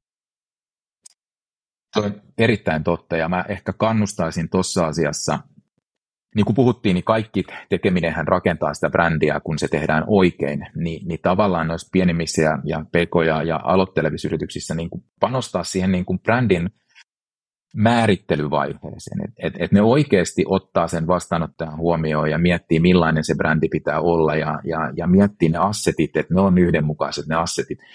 Se on erittäin totta, ja mä ehkä kannustaisin tuossa asiassa, niin kuin puhuttiin, niin kaikki tekeminenhän rakentaa sitä brändiä, kun se tehdään oikein, niin, niin tavallaan noissa pienimmissä ja, ja pk- ja, ja aloittelevissa yrityksissä niin kuin panostaa siihen niin kuin brändin määrittelyvaiheeseen, että et, et ne oikeasti ottaa sen vastaanottajan huomioon ja miettii, millainen se brändi pitää olla, ja, ja, ja miettii ne assetit, että ne on yhdenmukaiset ne assetit.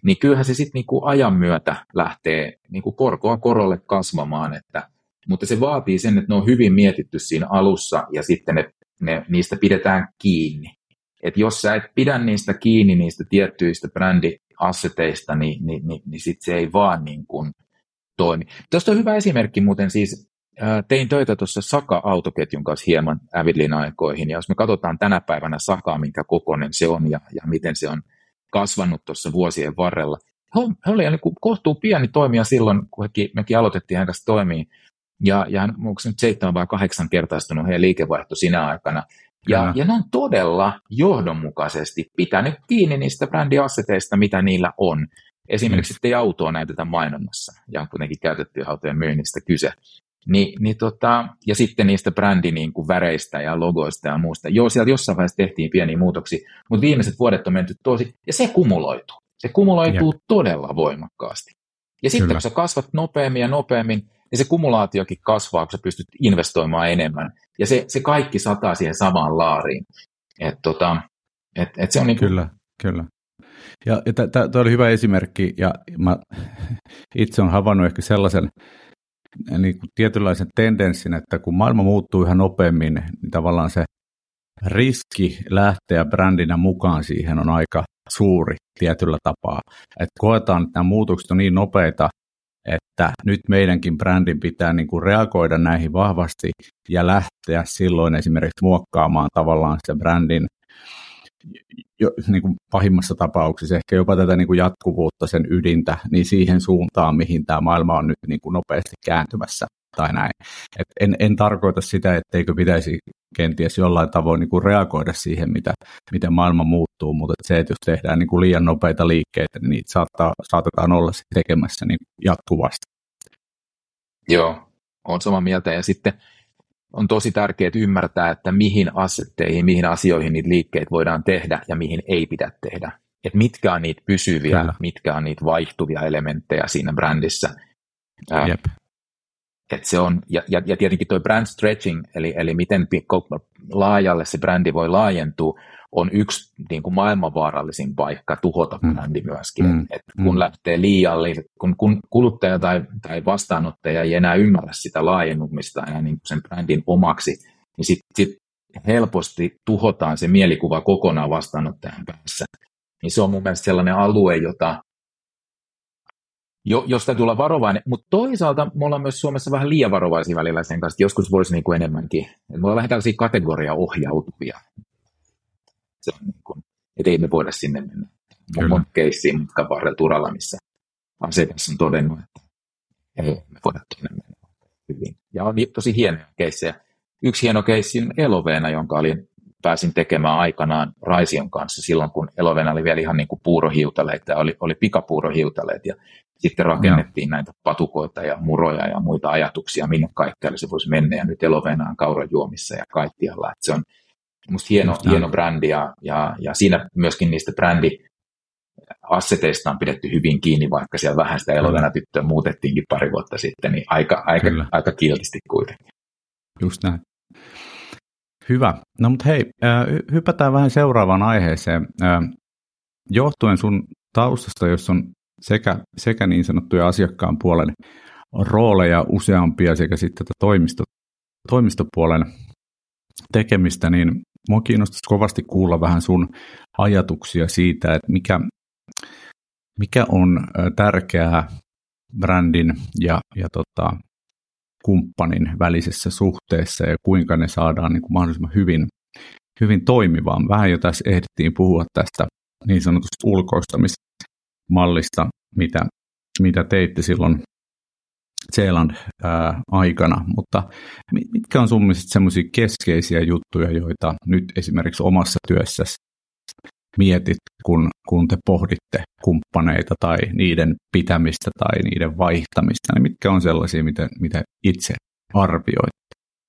niin kyllähän se sitten niinku ajan myötä lähtee niinku korkoa korolle kasvamaan, että, mutta se vaatii sen, että ne on hyvin mietitty siinä alussa ja sitten ne, ne, niistä pidetään kiinni. Et jos sä et pidä niistä kiinni, niistä tiettyistä brändiasseteista, niin, niin, niin, niin sitten se ei vaan niin kuin toimi. Tuosta on hyvä esimerkki muuten siis, ää, tein töitä tuossa Saka-autoketjun kanssa hieman Avidlin aikoihin, ja jos me katsotaan tänä päivänä Sakaa, minkä kokoinen se on ja, ja miten se on kasvanut tuossa vuosien varrella. He oli niin kohtuu pieni toimija silloin, kun hekin, mekin aloitettiin hän kanssa toimia, ja, ja onko se nyt seitsemän vai kahdeksan kertaistunut heidän liikevaihto sinä aikana. Ja, ja ne on todella johdonmukaisesti pitänyt kiinni niistä brändiasseteista, mitä niillä on. Esimerkiksi mm. sitten autoa näytetään mainonnassa, ja on kuitenkin käytettyjä autojen myynnistä kyse. Ni, niin tota, ja sitten niistä brändi niin kuin väreistä ja logoista ja muusta. Joo, sieltä jossain vaiheessa tehtiin pieniä muutoksia, mutta viimeiset vuodet on menty tosi, ja se kumuloituu. Se kumuloituu Jep. todella voimakkaasti. Ja sitten Kyllä. kun sä kasvat nopeammin ja nopeammin, niin se kumulaatiokin kasvaa, kun sä pystyt investoimaan enemmän. Ja se, se kaikki sataa siihen samaan laariin. Et tota, et, et se on niin kuin... Kyllä, kyllä. Ja, ja tämä oli hyvä esimerkki, ja mä itse olen havainnut ehkä sellaisen niin kuin tietynlaisen tendenssin, että kun maailma muuttuu yhä nopeammin, niin tavallaan se riski lähteä brändinä mukaan siihen on aika suuri tietyllä tapaa. Että koetaan, että nämä muutokset on niin nopeita, että nyt meidänkin brändin pitää niin kuin reagoida näihin vahvasti ja lähteä silloin esimerkiksi muokkaamaan tavallaan se brändin jo, niin kuin pahimmassa tapauksessa ehkä jopa tätä niin kuin jatkuvuutta, sen ydintä, niin siihen suuntaan, mihin tämä maailma on nyt niin kuin nopeasti kääntymässä tai näin. Et en, en tarkoita sitä, etteikö pitäisi kenties jollain tavoin niin kuin reagoida siihen, mitä, miten maailma muuttuu, mutta et se, että jos tehdään niin kuin liian nopeita liikkeitä, niin niitä saattaa, saatetaan olla tekemässä niin jatkuvasti. Joo, olen samaa mieltä. Ja sitten on tosi tärkeää ymmärtää, että mihin assetteihin, mihin asioihin niitä liikkeitä voidaan tehdä ja mihin ei pidä tehdä. Että mitkä on niitä pysyviä, Kyllä. mitkä on niitä vaihtuvia elementtejä siinä brändissä. Jep. Et se on, ja, ja, ja tietenkin tuo brand stretching, eli, eli miten laajalle se brändi voi laajentua, on yksi niin kuin maailmanvaarallisin paikka tuhota mm. brändi myöskin. Mm. Et kun mm. lähtee liialle, kun, kun kuluttaja tai, tai vastaanottaja ei enää ymmärrä sitä laajennumista enää niin sen brändin omaksi, niin sitten sit helposti tuhotaan se mielikuva kokonaan vastaanottajan päässä. Niin se on mun mielestä sellainen alue, jota Jo, jos täytyy olla varovainen, mutta toisaalta me ollaan myös Suomessa vähän liian varovaisia välillä sen kanssa, että joskus voisi niin kuin enemmänkin. Me ollaan vähän tällaisia kategoriaohjautuvia. Se on niin kuin, että ei me voida sinne mennä. On monta keissiä mutkan varrella Turalla, missä asiakas on todennut, että ei me voida tuonne mennä hyvin. Ja on tosi hienoja keissejä. Yksi hieno keissi on Eloveena, jonka olin, pääsin tekemään aikanaan Raision kanssa silloin, kun Eloveena oli vielä ihan niin kuin puurohiutaleita ja oli, oli pikapuurohiutaleet. Ja sitten rakennettiin no. näitä patukoita ja muroja ja muita ajatuksia, minne kaikkialle se voisi mennä. Ja nyt Eloveena on kauran juomissa ja kaikkialla. Et se on musta hieno, hieno brändi ja, ja, ja siinä myöskin niistä brändiasseteista on pidetty hyvin kiinni, vaikka siellä vähän sitä Eloveena-tyttöä muutettiinkin pari vuotta sitten, niin aika, aika, aika kiltisti kuitenkin. Just näin. Hyvä. No mutta hei, hypätään vähän seuraavaan aiheeseen. Johtuen sun taustasta, jos on sekä, sekä niin sanottuja asiakkaan puolen rooleja useampia sekä sitten tätä toimisto, toimistopuolen tekemistä, niin minua kiinnostaisi kovasti kuulla vähän sun ajatuksia siitä, että mikä, mikä on tärkeää brändin ja, ja tota, kumppanin välisessä suhteessa ja kuinka ne saadaan niin kuin mahdollisimman hyvin, hyvin toimivaan. Vähän jo tässä ehdittiin puhua tästä niin sanotusta ulkoistamismallista, mitä, mitä teitte silloin Zeeland-aikana, mutta mitkä on sun mielestä semmoisia keskeisiä juttuja, joita nyt esimerkiksi omassa työssäsi mietit, kun, kun te pohditte kumppaneita tai niiden pitämistä tai niiden vaihtamista, niin mitkä on sellaisia, mitä, mitä itse arvioit?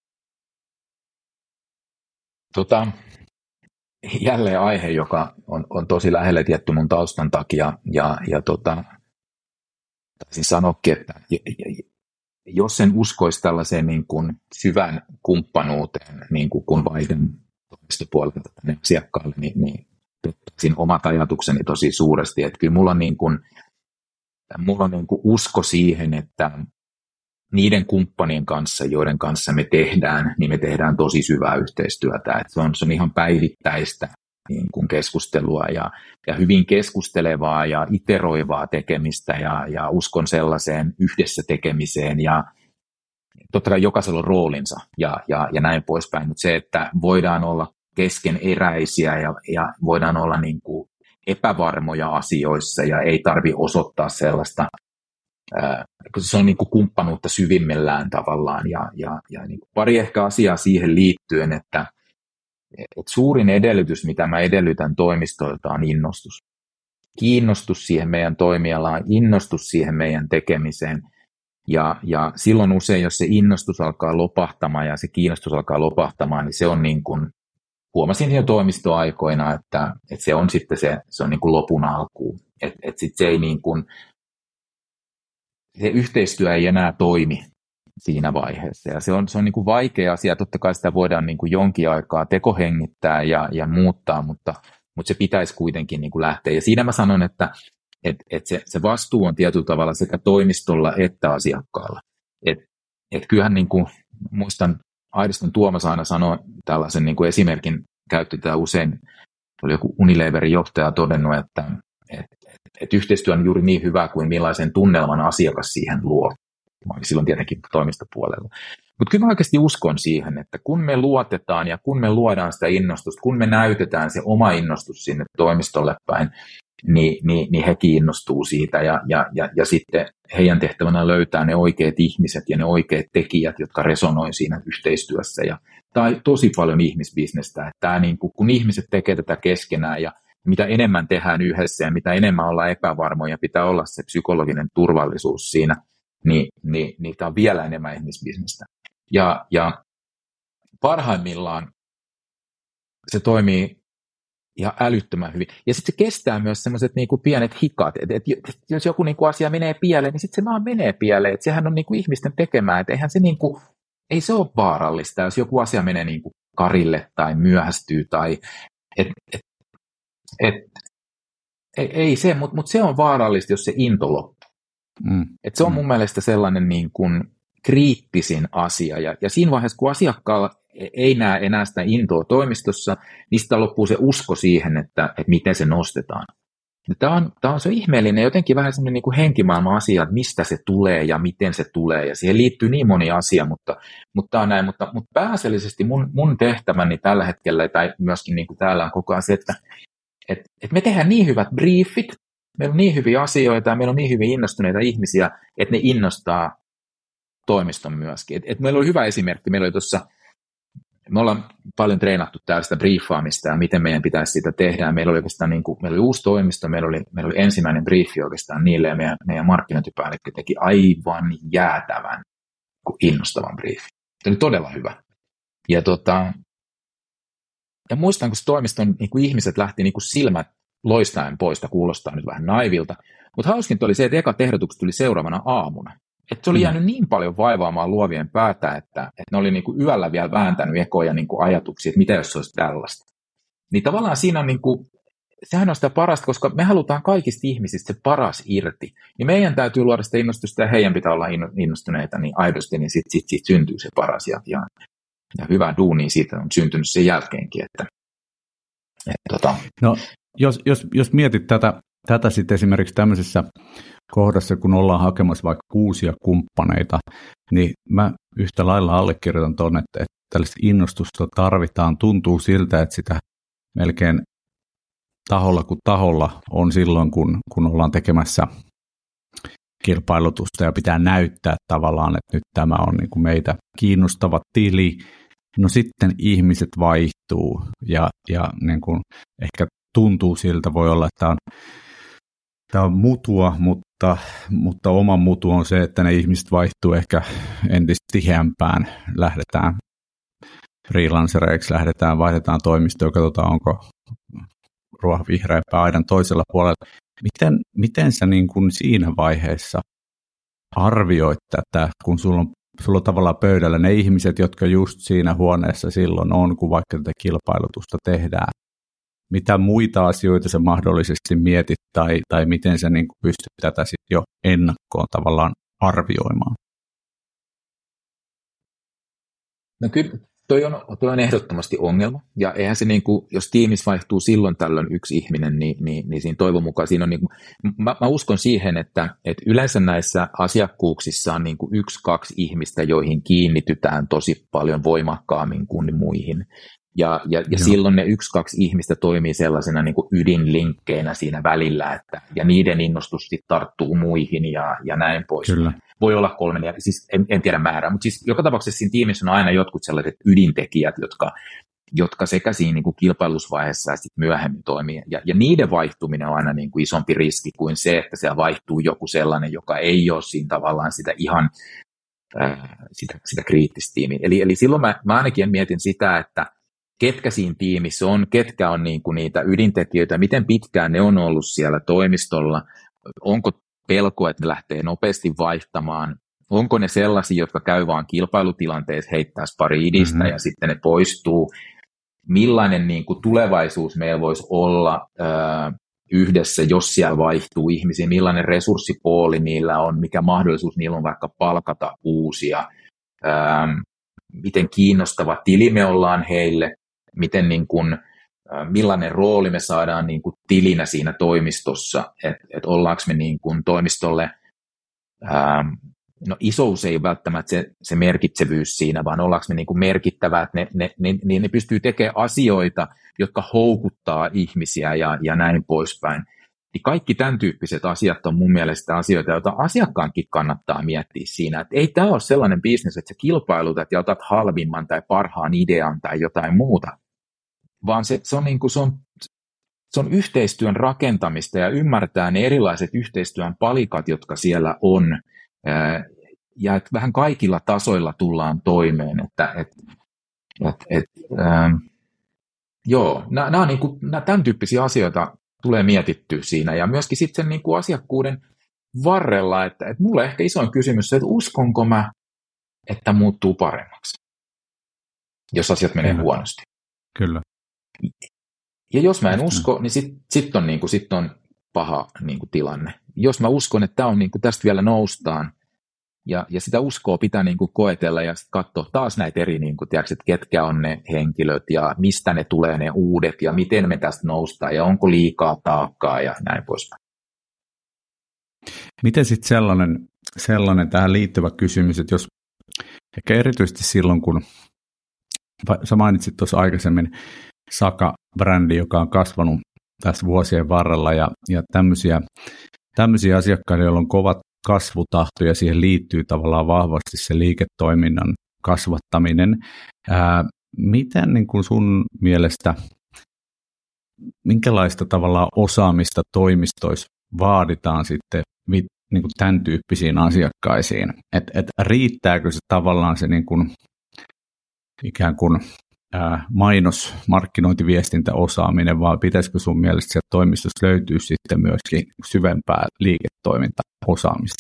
Tota, jälleen aihe, joka on, on tosi lähellä tietty mun taustan takia, ja, ja tota, taisin sanoakin, että jos en uskoisi tällaiseen niin kuin syvään kumppanuuteen, niin kuin kun vaihdan toimistopuolelta tänne asiakkaalle, niin, niin pettäisin omat ajatukseni tosi suuresti. Että kyllä mulla on, niin kuin, mulla on niin kuin usko siihen, että niiden kumppanien kanssa, joiden kanssa me tehdään, niin me tehdään tosi syvää yhteistyötä. Että se on, se on ihan päivittäistä niin kuin keskustelua ja, ja hyvin keskustelevaa ja iteroivaa tekemistä ja, ja uskon sellaiseen yhdessä tekemiseen ja totta kai jokaisella on roolinsa ja, ja, ja näin poispäin, mutta se, että voidaan olla keskeneräisiä ja, ja voidaan olla niin kuin epävarmoja asioissa ja ei tarvitse osoittaa sellaista, ää, se on niin kuin kumppanuutta syvimmillään tavallaan ja, ja, ja niin kuin pari ehkä asiaa siihen liittyen, että et suurin edellytys, mitä mä edellytän toimistoilta on innostus. Kiinnostus siihen meidän toimialaan, innostus siihen meidän tekemiseen. Ja, ja silloin usein, jos se innostus alkaa lopahtamaan ja se kiinnostus alkaa lopahtamaan, niin se on niin kuin, huomasin jo toimistoaikoina, että, että se on sitten se, se on niin kuin lopun alkuun. Että et sit se ei niin kuin, se yhteistyö ei enää toimi siinä vaiheessa. Ja se on, se on niin kuin vaikea asia. Totta kai sitä voidaan niin kuin jonkin aikaa tekohengittää ja, ja muuttaa, mutta, mutta se pitäisi kuitenkin niin kuin lähteä. Ja siinä mä sanon, että et, et se, se vastuu on tietyllä tavalla sekä toimistolla että asiakkaalla. Et, et kyllähän niin kuin, muistan, Airiston Tuomas aina sanoi tällaisen niin kuin esimerkin, käytti tätä usein, oli joku Unileverin johtaja todennut, että et, et, et yhteistyö on juuri niin hyvä kuin millaisen tunnelman asiakas siihen luo. Silloin tietenkin toimistopuolella. Mutta kyllä mä oikeasti uskon siihen, että kun me luotetaan ja kun me luodaan sitä innostusta, kun me näytetään se oma innostus sinne toimistolle päin, niin, niin, niin he kiinnostuu siitä ja, ja, ja, ja sitten heidän tehtävänä löytää ne oikeat ihmiset ja ne oikeat tekijät, jotka resonoi siinä yhteistyössä. Ja tämä on tosi paljon ihmisbisnestä, että tämä niin kuin, kun ihmiset tekee tätä keskenään ja mitä enemmän tehdään yhdessä ja mitä enemmän ollaan epävarmoja, pitää olla se psykologinen turvallisuus siinä, niin, niin, niin tämä on vielä enemmän ihmisbisnestä. Ja, ja parhaimmillaan se toimii ihan älyttömän hyvin. Ja sitten se kestää myös sellaiset niinku pienet hikat. Et, et, et, jos joku niinku asia menee pieleen, niin sitten se vaan menee pieleen. Et sehän on niinku ihmisten tekemää. Et eihän se, niinku, ei se ole vaarallista, jos joku asia menee niinku karille tai myöhästyy. Tai, et, et, et, ei, ei se, mutta mut se on vaarallista, jos se into loppuu. Mm. Et se on mun mm. mielestä sellainen niin kuin kriittisin asia. Ja, ja siinä vaiheessa, kun asiakkaalla ei näe enää sitä intoa toimistossa, niin sitä loppuu se usko siihen, että, että miten se nostetaan. Tämä on, tämä on se ihmeellinen, jotenkin vähän sellainen niin kuin henkimaailman asia, että mistä se tulee ja miten se tulee. Ja siihen liittyy niin moni asia, mutta, mutta tämä on näin. Mutta, mutta pääasiallisesti mun, mun tehtäväni tällä hetkellä, tai myöskin niin kuin täällä on koko ajan se, että, että, että me tehdään niin hyvät briefit, meillä on niin hyviä asioita ja meillä on niin hyvin innostuneita ihmisiä, että ne innostaa toimiston myöskin. Et, et meillä oli hyvä esimerkki. Meillä oli tuossa, me ollaan paljon treenattu täällä sitä briefaamista ja miten meidän pitäisi sitä tehdä. Meillä oli oikeastaan niin kuin, meillä oli uusi toimisto, meillä oli, meillä oli ensimmäinen briefi oikeastaan niille ja meidän, meidän markkinointipäällikkö teki aivan jäätävän innostavan briefi. Se oli todella hyvä. Ja, tota, ja muistan, kun se toimiston niin kuin ihmiset lähti niin kuin silmät loistaen poista, kuulostaa nyt vähän naivilta. Mutta hauskinta oli se, että ekat ehdotukset tuli seuraavana aamuna. Että se oli jäänyt niin paljon vaivaamaan luovien päätä, että, että ne oli niinku yöllä vielä vääntänyt ekoja niinku ajatuksia, että mitä jos se olisi tällaista. Niin tavallaan siinä on, niinku, sehän on sitä parasta, koska me halutaan kaikista ihmisistä se paras irti. Niin meidän täytyy luoda sitä innostusta ja heidän pitää olla innostuneita niin aidosti, niin sitten sit, sit syntyy se paras. Ja, ja, ja hyvä duuni siitä on syntynyt sen jälkeenkin. Että, et, tota. No, jos, jos, jos mietit tätä, tätä sitten esimerkiksi tämmöisessä kohdassa, kun ollaan hakemassa vaikka uusia kumppaneita, niin mä yhtä lailla allekirjoitan tuonne, että, että tällaista innostusta tarvitaan. Tuntuu siltä, että sitä melkein taholla kuin taholla on silloin, kun, kun ollaan tekemässä kilpailutusta ja pitää näyttää tavallaan, että nyt tämä on niin kuin meitä kiinnostava tili. No sitten ihmiset vaihtuu ja, ja niin kuin ehkä tuntuu siltä, voi olla, että tämä on Tämä on mutua, mutta, mutta oma mutu on se, että ne ihmiset vaihtuu ehkä entistä tiheämpään. Lähdetään freelancereiksi, lähdetään, vaihdetaan toimistoon, katsotaan, onko ruoha vihreämpää aidan toisella puolella. Miten, miten sä niin kuin siinä vaiheessa arvioit tätä, kun sulla on, sulla on tavallaan pöydällä ne ihmiset, jotka just siinä huoneessa silloin on, kun vaikka tätä kilpailutusta tehdään, mitä muita asioita sä mahdollisesti mietit tai, tai miten sä niin kuin pystyt tätä sitten jo ennakkoon tavallaan arvioimaan? No kyllä toi on, toi on ehdottomasti ongelma, ja eihän se niin kuin, jos tiimissä vaihtuu silloin tällöin yksi ihminen, niin, niin, niin siinä toivon mukaan siinä on, niin kuin, mä, mä uskon siihen, että, että yleensä näissä asiakkuuksissa on niin kuin yksi, kaksi ihmistä, joihin kiinnitytään tosi paljon voimakkaammin kuin muihin. Ja, ja, ja silloin ne yksi, kaksi ihmistä toimii sellaisena niin kuin ydinlinkkeinä siinä välillä, että, ja niiden innostus sitten tarttuu muihin ja, ja näin pois. Kyllä. Voi olla kolmen, ja siis en, en tiedä määrää, mutta siis joka tapauksessa siinä tiimissä on aina jotkut sellaiset ydintekijät, jotka, jotka sekä siinä niin kuin kilpailusvaiheessa ja sitten myöhemmin toimii. Ja, ja niiden vaihtuminen on aina niin kuin isompi riski kuin se, että siellä vaihtuu joku sellainen, joka ei ole siinä tavallaan sitä ihan äh, sitä, sitä kriittistä tiimiä. Eli, eli silloin mä, mä ainakin mietin sitä, että ketkä siinä tiimissä on, ketkä on niin kuin niitä ydintekijöitä, miten pitkään ne on ollut siellä toimistolla, onko pelko, että ne lähtee nopeasti vaihtamaan, onko ne sellaisia, jotka käy vaan kilpailutilanteessa, heittää pari idistä mm-hmm. ja sitten ne poistuu, millainen niin kuin tulevaisuus meillä voisi olla äh, yhdessä, jos siellä vaihtuu ihmisiä, millainen resurssipooli niillä on, mikä mahdollisuus niillä on vaikka palkata uusia, äh, miten kiinnostava tili me ollaan heille, miten niin kuin, millainen rooli me saadaan niin kuin tilinä siinä toimistossa, että et ollaanko me niin kuin toimistolle, ää, no isous ei välttämättä se, se merkitsevyys siinä, vaan ollaanko me niin kuin merkittävää, että ne, ne, ne, ne, ne pystyy tekemään asioita, jotka houkuttaa ihmisiä ja, ja näin poispäin. Niin kaikki tämän tyyppiset asiat on mun mielestä asioita, joita asiakkaankin kannattaa miettiä siinä, että ei tämä ole sellainen bisnes, että sä kilpailutat ja otat halvimman tai parhaan idean tai jotain muuta, vaan se, se, on, niin kuin, se, on, se on yhteistyön rakentamista ja ymmärtää ne erilaiset yhteistyön palikat, jotka siellä on, ja että vähän kaikilla tasoilla tullaan toimeen, että et, et, et, ähm, joo, nämä on niin kuin, nämä tämän tyyppisiä asioita tulee mietittyä siinä, ja myöskin sitten sen niin kuin asiakkuuden varrella, että, että mulle ehkä isoin kysymys on, että uskonko mä, että muuttuu paremmaksi, jos asiat menee Kyllä. huonosti. Kyllä. Ja jos mä en usko, niin sitten sit on, niin kuin, sit on paha niin kuin, tilanne. Jos mä uskon, että tää on, niin kuin, tästä vielä noustaan, ja, ja sitä uskoa pitää niin kuin, koetella ja katsoa taas näitä eri, niin kuin, tiedätkö, että ketkä on ne henkilöt ja mistä ne tulee ne uudet ja miten me tästä noustaan ja onko liikaa taakkaa ja näin poispäin. Miten sitten sellainen, sellainen tähän liittyvä kysymys, että jos ehkä erityisesti silloin, kun sä mainitsit tuossa aikaisemmin Saka-brändi, joka on kasvanut tässä vuosien varrella ja, ja tämmöisiä, tämmöisiä asiakkaita, joilla on kovat kasvutahto ja siihen liittyy tavallaan vahvasti se liiketoiminnan kasvattaminen. Ää, miten niin kuin sun mielestä, minkälaista tavallaan osaamista toimistoissa vaaditaan sitten niin kuin tämän tyyppisiin asiakkaisiin? Et, et riittääkö se tavallaan se niin kuin, ikään kuin ää, mainos, markkinointiviestintäosaaminen, vai pitäisikö sun mielestä sieltä toimistossa löytyy sitten myöskin syvempää liiketoimintaosaamista?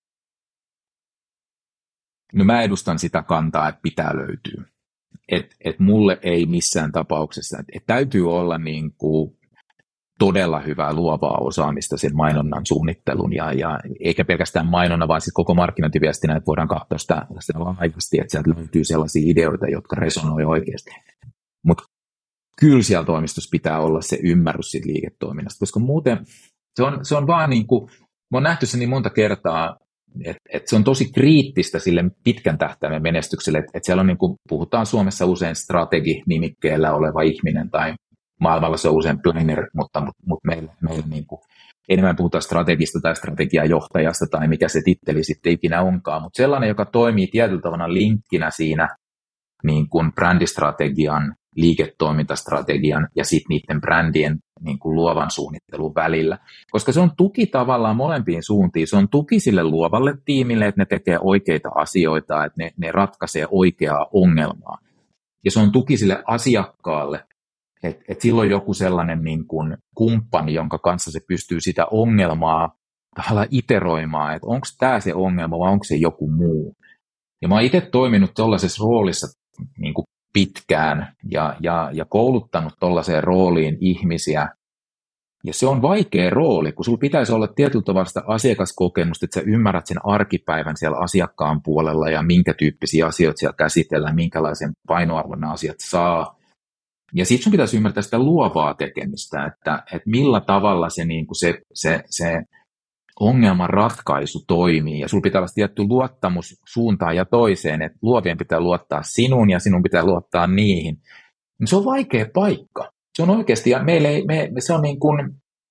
No mä edustan sitä kantaa, että pitää löytyä. Et, et mulle ei missään tapauksessa, että et täytyy olla niin kuin todella hyvää luovaa osaamista sen mainonnan suunnittelun, ja, ja eikä pelkästään mainonna, vaan siis koko markkinointiviestinä, että voidaan katsoa sitä, sitä laajasti, että sieltä löytyy sellaisia ideoita, jotka resonoi oikeasti. Mutta kyllä siellä toimistossa pitää olla se ymmärrys siitä liiketoiminnasta, koska muuten se on, se on vaan niin kuin, mä oon nähty se niin monta kertaa, että et se on tosi kriittistä sille pitkän tähtäimen menestykselle, että et siellä on niin kuin, puhutaan Suomessa usein strategi-nimikkeellä oleva ihminen, tai maailmalla se on usein planner, mutta, mutta, mutta meillä, meillä niin kuin, enemmän puhutaan strategista tai strategiajohtajasta tai mikä se titteli sitten ikinä onkaan, mutta sellainen, joka toimii tietyllä tavalla linkkinä siinä niin kuin brändistrategian, liiketoimintastrategian ja sitten niiden brändien niin kuin luovan suunnittelun välillä. Koska se on tuki tavallaan molempiin suuntiin. Se on tuki sille luovalle tiimille, että ne tekee oikeita asioita, että ne, ne ratkaisee oikeaa ongelmaa. Ja se on tuki sille asiakkaalle, että et silloin joku sellainen niin kuin kumppani, jonka kanssa se pystyy sitä ongelmaa tavallaan iteroimaan, että onko tämä se ongelma vai onko se joku muu. Ja mä oon itse toiminut tuollaisessa roolissa niin kuin pitkään ja, ja, ja kouluttanut tuollaiseen rooliin ihmisiä. Ja se on vaikea rooli, kun sulla pitäisi olla tietyllä tavalla sitä asiakaskokemusta, että sä ymmärrät sen arkipäivän siellä asiakkaan puolella ja minkä tyyppisiä asioita siellä käsitellään, minkälaisen painoarvon nämä asiat saa. Ja sitten sun pitäisi ymmärtää sitä luovaa tekemistä, että, että millä tavalla se, niin kuin se, se, se ongelman ratkaisu toimii. Ja sulla pitää olla tietty luottamus suuntaan ja toiseen, että luovien pitää luottaa sinuun ja sinun pitää luottaa niihin. Se on vaikea paikka. Se on oikeasti, ja meille ei, me, se on niin kuin,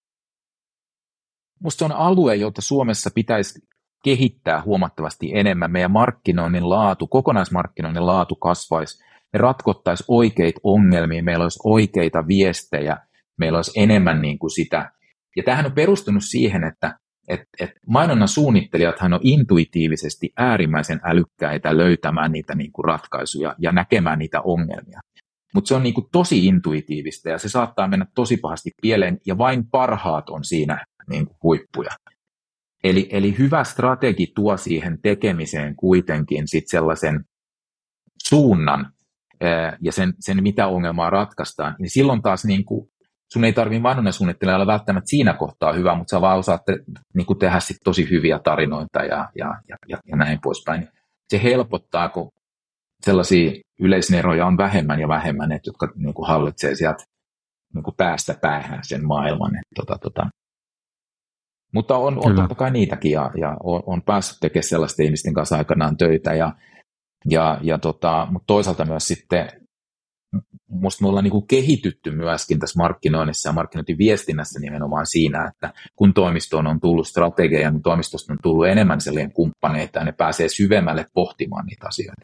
musta se on alue, jota Suomessa pitäisi kehittää huomattavasti enemmän. Meidän markkinoinnin laatu, kokonaismarkkinoinnin laatu kasvaisi. Me ratkottaisiin oikeita ongelmia, meillä olisi oikeita viestejä, meillä olisi enemmän niin kuin sitä. Ja tämähän on perustunut siihen, että et, et mainonnan suunnittelijathan on intuitiivisesti äärimmäisen älykkäitä löytämään niitä niin kuin ratkaisuja ja näkemään niitä ongelmia. Mutta se on niin kuin tosi intuitiivista ja se saattaa mennä tosi pahasti pieleen ja vain parhaat on siinä niin kuin huippuja. Eli, eli hyvä strategi tuo siihen tekemiseen kuitenkin sit sellaisen suunnan ää, ja sen, sen, mitä ongelmaa ratkaistaan. Niin silloin taas niin kuin, sun ei tarvitse mainonnan suunnittelijalla välttämättä siinä kohtaa hyvä, mutta sä vaan osaat niin kuin tehdä sit tosi hyviä tarinoita ja, ja, ja, ja, ja näin poispäin. Se helpottaa, kun sellaisia yleisneroja on vähemmän ja vähemmän, että, jotka niin kuin hallitsee sieltä niin kuin päästä päähän sen maailman. Että, tota, tota. Mutta on, on totta kai niitäkin ja, ja on, on päässyt tekemään sellaisten ihmisten kanssa aikanaan töitä. Ja, ja, ja tota, mutta toisaalta myös sitten musta me ollaan niin kuin kehitytty myöskin tässä markkinoinnissa ja markkinointiviestinnässä nimenomaan siinä, että kun toimistoon on tullut strategia, niin toimistosta on tullut enemmän sellainen kumppaneita ja ne pääsee syvemmälle pohtimaan niitä asioita.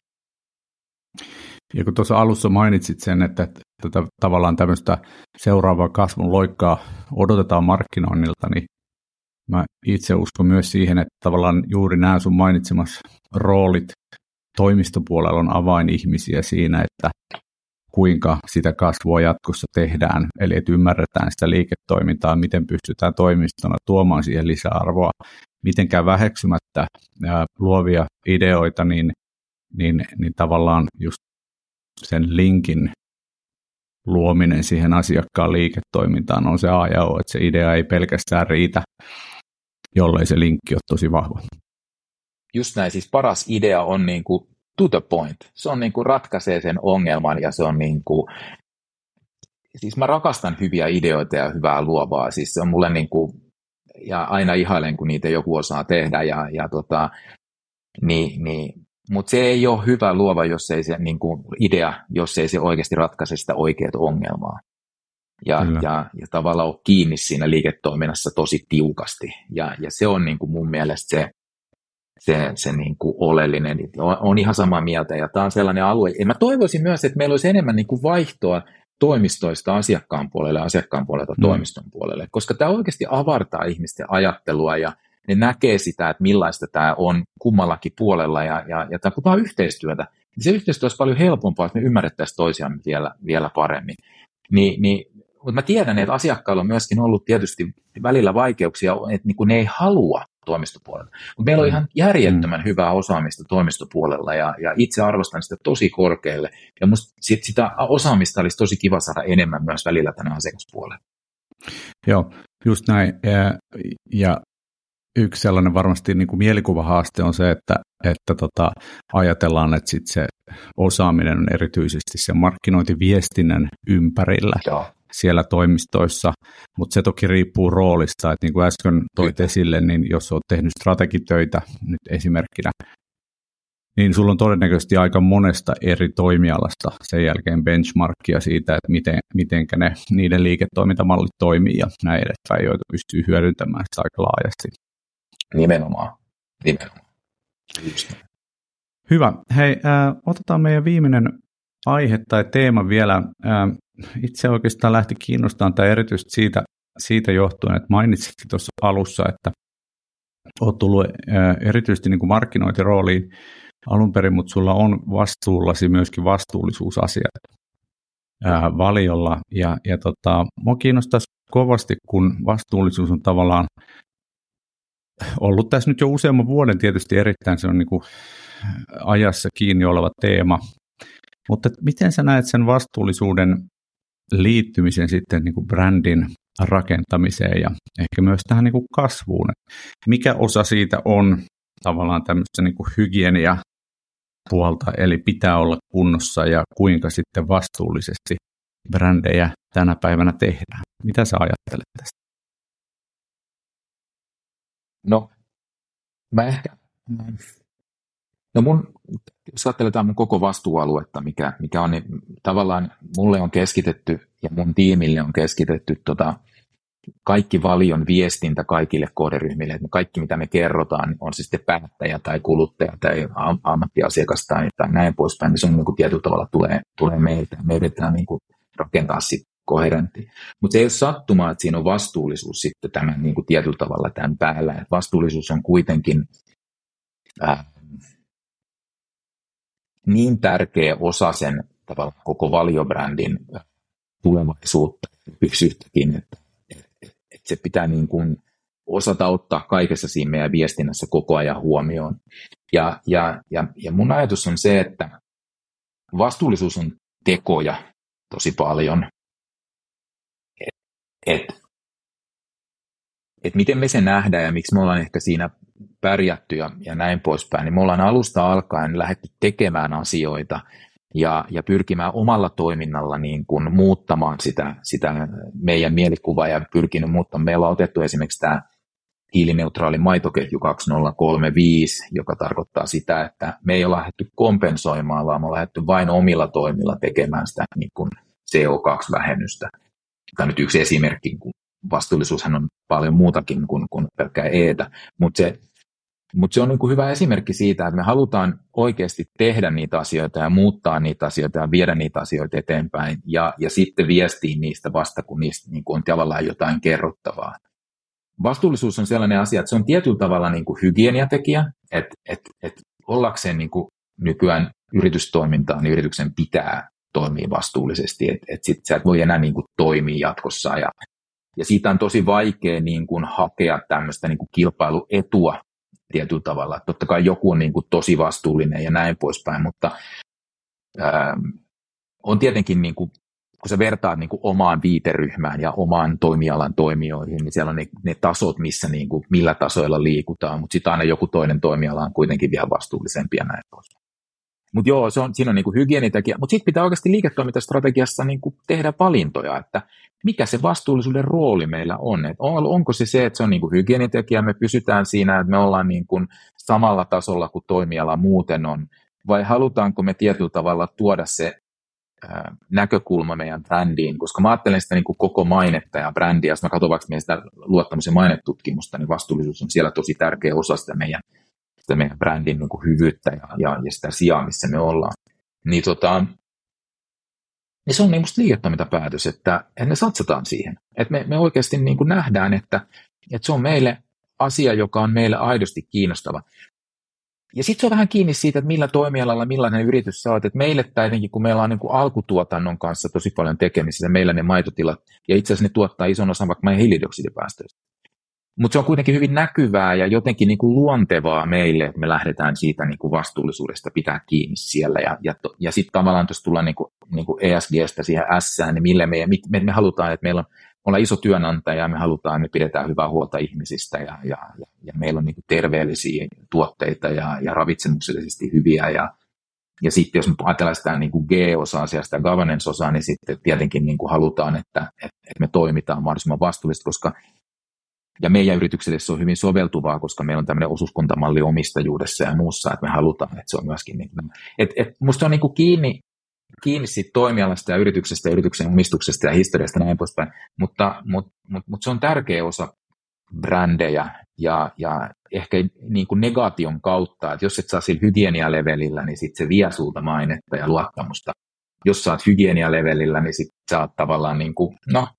Ja kun tuossa alussa mainitsit sen, että tätä tavallaan tämmöistä seuraavaa kasvun loikkaa odotetaan markkinoinnilta, niin mä itse uskon myös siihen, että tavallaan juuri nämä sun mainitsemassa roolit toimistopuolella on avainihmisiä siinä, että kuinka sitä kasvua jatkossa tehdään, eli että ymmärretään sitä liiketoimintaa, miten pystytään toimistona tuomaan siihen lisäarvoa, mitenkään väheksymättä luovia ideoita, niin, niin, niin tavallaan just sen linkin luominen siihen asiakkaan liiketoimintaan on se A ja O, että se idea ei pelkästään riitä, jollei se linkki ole tosi vahva. Just näin, siis paras idea on niin kuin to the point. Se on niin kuin ratkaisee sen ongelman ja se on niin kuin, siis mä rakastan hyviä ideoita ja hyvää luovaa, siis se on mulle niin kuin, ja aina ihailen, kun niitä joku osaa tehdä ja, ja tota, niin, niin mutta se ei ole hyvä luova, jos ei se niin kuin idea, jos ei se oikeasti ratkaise sitä oikeat ongelmaa. Ja, ja, ja tavallaan ole kiinni siinä liiketoiminnassa tosi tiukasti. Ja, ja se on niin kuin mun mielestä se, se, se niin kuin oleellinen. On, on ihan samaa mieltä. Ja tämä on sellainen alue. Ja mä toivoisin myös, että meillä olisi enemmän niin kuin vaihtoa toimistoista asiakkaan puolelle ja asiakkaan puolelta mm. toimiston puolelle. Koska tämä oikeasti avartaa ihmisten ajattelua ja ne näkee sitä, että millaista tämä on kummallakin puolella, ja, ja, ja tämä puhutaan yhteistyötä. Se yhteistyö olisi paljon helpompaa, että me ymmärrettäisiin toisiamme vielä, vielä paremmin. Ni, niin, mutta mä tiedän, että asiakkailla on myöskin ollut tietysti välillä vaikeuksia, että niin ne ei halua toimistopuolella. Mutta meillä on ihan järjettömän hyvää osaamista toimistopuolella, ja, ja itse arvostan sitä tosi korkealle. Ja musta sit sitä osaamista olisi tosi kiva saada enemmän myös välillä tänne asiakaspuolelle. Joo, just näin. Ja, ja yksi sellainen varmasti niin kuin mielikuvahaaste on se, että, että tota, ajatellaan, että sit se osaaminen on erityisesti sen markkinointiviestinnän ympärillä Joo. siellä toimistoissa, mutta se toki riippuu roolista, että niin kuin äsken toit esille, niin jos olet tehnyt strategitöitä nyt esimerkkinä, niin sulla on todennäköisesti aika monesta eri toimialasta sen jälkeen benchmarkia siitä, että miten, mitenkä ne, niiden liiketoimintamallit toimii ja näin edespäin, joita pystyy hyödyntämään sitä aika laajasti. Nimenomaan. Nimenomaan. Hyvä. Hei, äh, otetaan meidän viimeinen aihe tai teema vielä. Äh, itse oikeastaan lähti kiinnostamaan tämä erityisesti siitä, siitä johtuen, että mainitsitkin tuossa alussa, että olet tullut äh, erityisesti niin kuin markkinointirooliin alun perin, mutta sulla on vastuullasi myöskin vastuullisuusasiat äh, valiolla. Ja, ja tota, mua kiinnostaisi kovasti, kun vastuullisuus on tavallaan ollut tässä nyt jo useamman vuoden tietysti erittäin se on niin kuin ajassa kiinni oleva teema, Mutta miten sä näet sen vastuullisuuden liittymisen sitten niin kuin brändin rakentamiseen ja ehkä myös tähän niin kuin kasvuun? Mikä osa siitä on tavallaan tämmöistä niin kuin hygieniapuolta, eli pitää olla kunnossa, ja kuinka sitten vastuullisesti brändejä tänä päivänä tehdään? Mitä sä ajattelet tästä? No, mä ehkä... No mun, jos ajattelee mun koko vastuualuetta, mikä, mikä on, niin tavallaan mulle on keskitetty ja mun tiimille on keskitetty tota, kaikki Valion viestintä kaikille kohderyhmille. Että kaikki, mitä me kerrotaan, on se sitten päättäjä tai kuluttaja tai ammattiasiakas tai, tai näin poispäin, niin se on niin kuin tietyllä tavalla tulee, tulee meiltä. Me yritetään niin kuin rakentaa sitten koherentti. Mutta se ei ole sattumaa, että siinä on vastuullisuus sitten tämän niin kuin tietyllä tavalla tämän päällä. Et vastuullisuus on kuitenkin ää, niin tärkeä osa sen tavallaan koko Valio-brändin tulevaisuutta pyksyyttäkin, että, että, että se pitää niin kuin osata ottaa kaikessa siinä meidän viestinnässä koko ajan huomioon. Ja, ja, ja, ja mun ajatus on se, että vastuullisuus on tekoja tosi paljon. Että et, et miten me se nähdään ja miksi me ollaan ehkä siinä pärjätty ja, ja näin poispäin, niin me ollaan alusta alkaen lähdetty tekemään asioita ja, ja pyrkimään omalla toiminnalla niin kuin muuttamaan sitä, sitä meidän mielikuvaa ja pyrkinyt muuttamaan. Meillä on otettu esimerkiksi tämä hiilineutraali maitoketju kaksituhattakolmekymmentäviisi, joka tarkoittaa sitä, että me ei ole lähdetty kompensoimaan, vaan me ollaan lähdetty vain omilla toimilla tekemään sitä niin kuin C O kaksi vähennystä. Tämä on nyt yksi esimerkki, kun vastuullisuushan on paljon muutakin kuin, kuin pelkkää eetä, mutta se, mut se on niin kuin hyvä esimerkki siitä, että me halutaan oikeasti tehdä niitä asioita ja muuttaa niitä asioita ja viedä niitä asioita eteenpäin ja, ja sitten viestiä niistä vasta, kun niistä niin kuin on tavallaan jotain kerrottavaa. Vastuullisuus on sellainen asia, että se on tietyllä tavalla niin kuin hygieniatekijä, että, että, että ollakseen niin kuin nykyään yritystoimintaa, niin yrityksen pitää toimia vastuullisesti, että, että sit sä et voi enää niin kuin toimia jatkossa ja Ja siitä on tosi vaikea niin kuin hakea tämmöistä niin kuin kilpailuetua tietyllä tavalla. Totta kai joku on niin kuin tosi vastuullinen ja näin poispäin, mutta ää, on tietenkin, niin kuin, kun sä vertaat niin kuin omaan viiteryhmään ja omaan toimialan toimijoihin, niin siellä on ne, ne tasot, missä niin kuin, millä tasoilla liikutaan, mutta sitten aina joku toinen toimiala on kuitenkin vielä vastuullisempi ja näin poispäin. Mutta joo, se on, siinä on niin kuin hygienitekijä, mutta sitten pitää oikeasti liiketoimintastrategiassa niin kuin tehdä valintoja, että mikä se vastuullisuuden rooli meillä on. Et on onko se se, että se on niin kuin hygienitekijä, me pysytään siinä, että me ollaan niin kuin samalla tasolla kuin toimiala muuten on, vai halutaanko me tietyllä tavalla tuoda se ää, näkökulma meidän brändiin, koska mä ajattelen sitä niin kuin koko mainetta ja brändiä, jos mä katson vaikka meidän sitä luottamus- ja mainetutkimusta, niin vastuullisuus on siellä tosi tärkeä osa sitä meidän sitä meidän brändin niin kuin hyvyyttä ja, ja, ja sitä sijaa, missä me ollaan. Niin, tota, niin se on niin musta liiketoimintapäätös, että, että me satsataan siihen. Että me, me oikeasti niin kuin nähdään, että, että se on meille asia, joka on meille aidosti kiinnostava. Ja sitten se on vähän kiinni siitä, että millä toimialalla, millainen yritys sä oot. Että meille tietenkin, kun meillä on niin kuin alkutuotannon kanssa tosi paljon tekemisissä, meillä ne maitotilat, ja itse asiassa ne tuottaa ison osan vaikka meidän hiilidioksidipäästöistä. Mutta se on kuitenkin hyvin näkyvää ja jotenkin niin kuin luontevaa meille, että me lähdetään siitä niin kuin vastuullisuudesta pitää kiinni siellä. Ja, ja, ja sitten tavallaan tuossa tullaan niin kuin, niin kuin E S G:stä siihen S:ään, niin mille me, me, me halutaan, että meillä on, me ollaan iso työnantaja ja me halutaan, että me pidetään hyvää huolta ihmisistä ja, ja, ja, ja meillä on niin kuin terveellisiä tuotteita ja, ja ravitsemuksellisesti hyviä. Ja, ja sitten jos me ajatellaan sitä niin kuin G-osaa ja sitä governance-osaa, niin sitten tietenkin niin kuin halutaan, että, että, että me toimitaan mahdollisimman vastuullisesti, koska ja meidän yritykselle se on hyvin soveltuvaa, koska meillä on tämmöinen osuuskuntamalli omistajuudessa ja muussa, että me halutaan, että se on myöskin, niin, että et musta on niin kuin kiinni, kiinni siitä toimialasta ja yrityksestä ja yrityksen omistuksesta ja historiasta ja näin poispäin, mutta, mutta, mutta, mutta se on tärkeä osa brändejä ja, ja ehkä niin kuin negaation kautta, että jos et saa sillä hygienialevelillä, niin sitten se vie sulta mainetta ja luottamusta. Jos sä oot hygienialevelillä, niin sitten sä oot tavallaan niin kuin, no,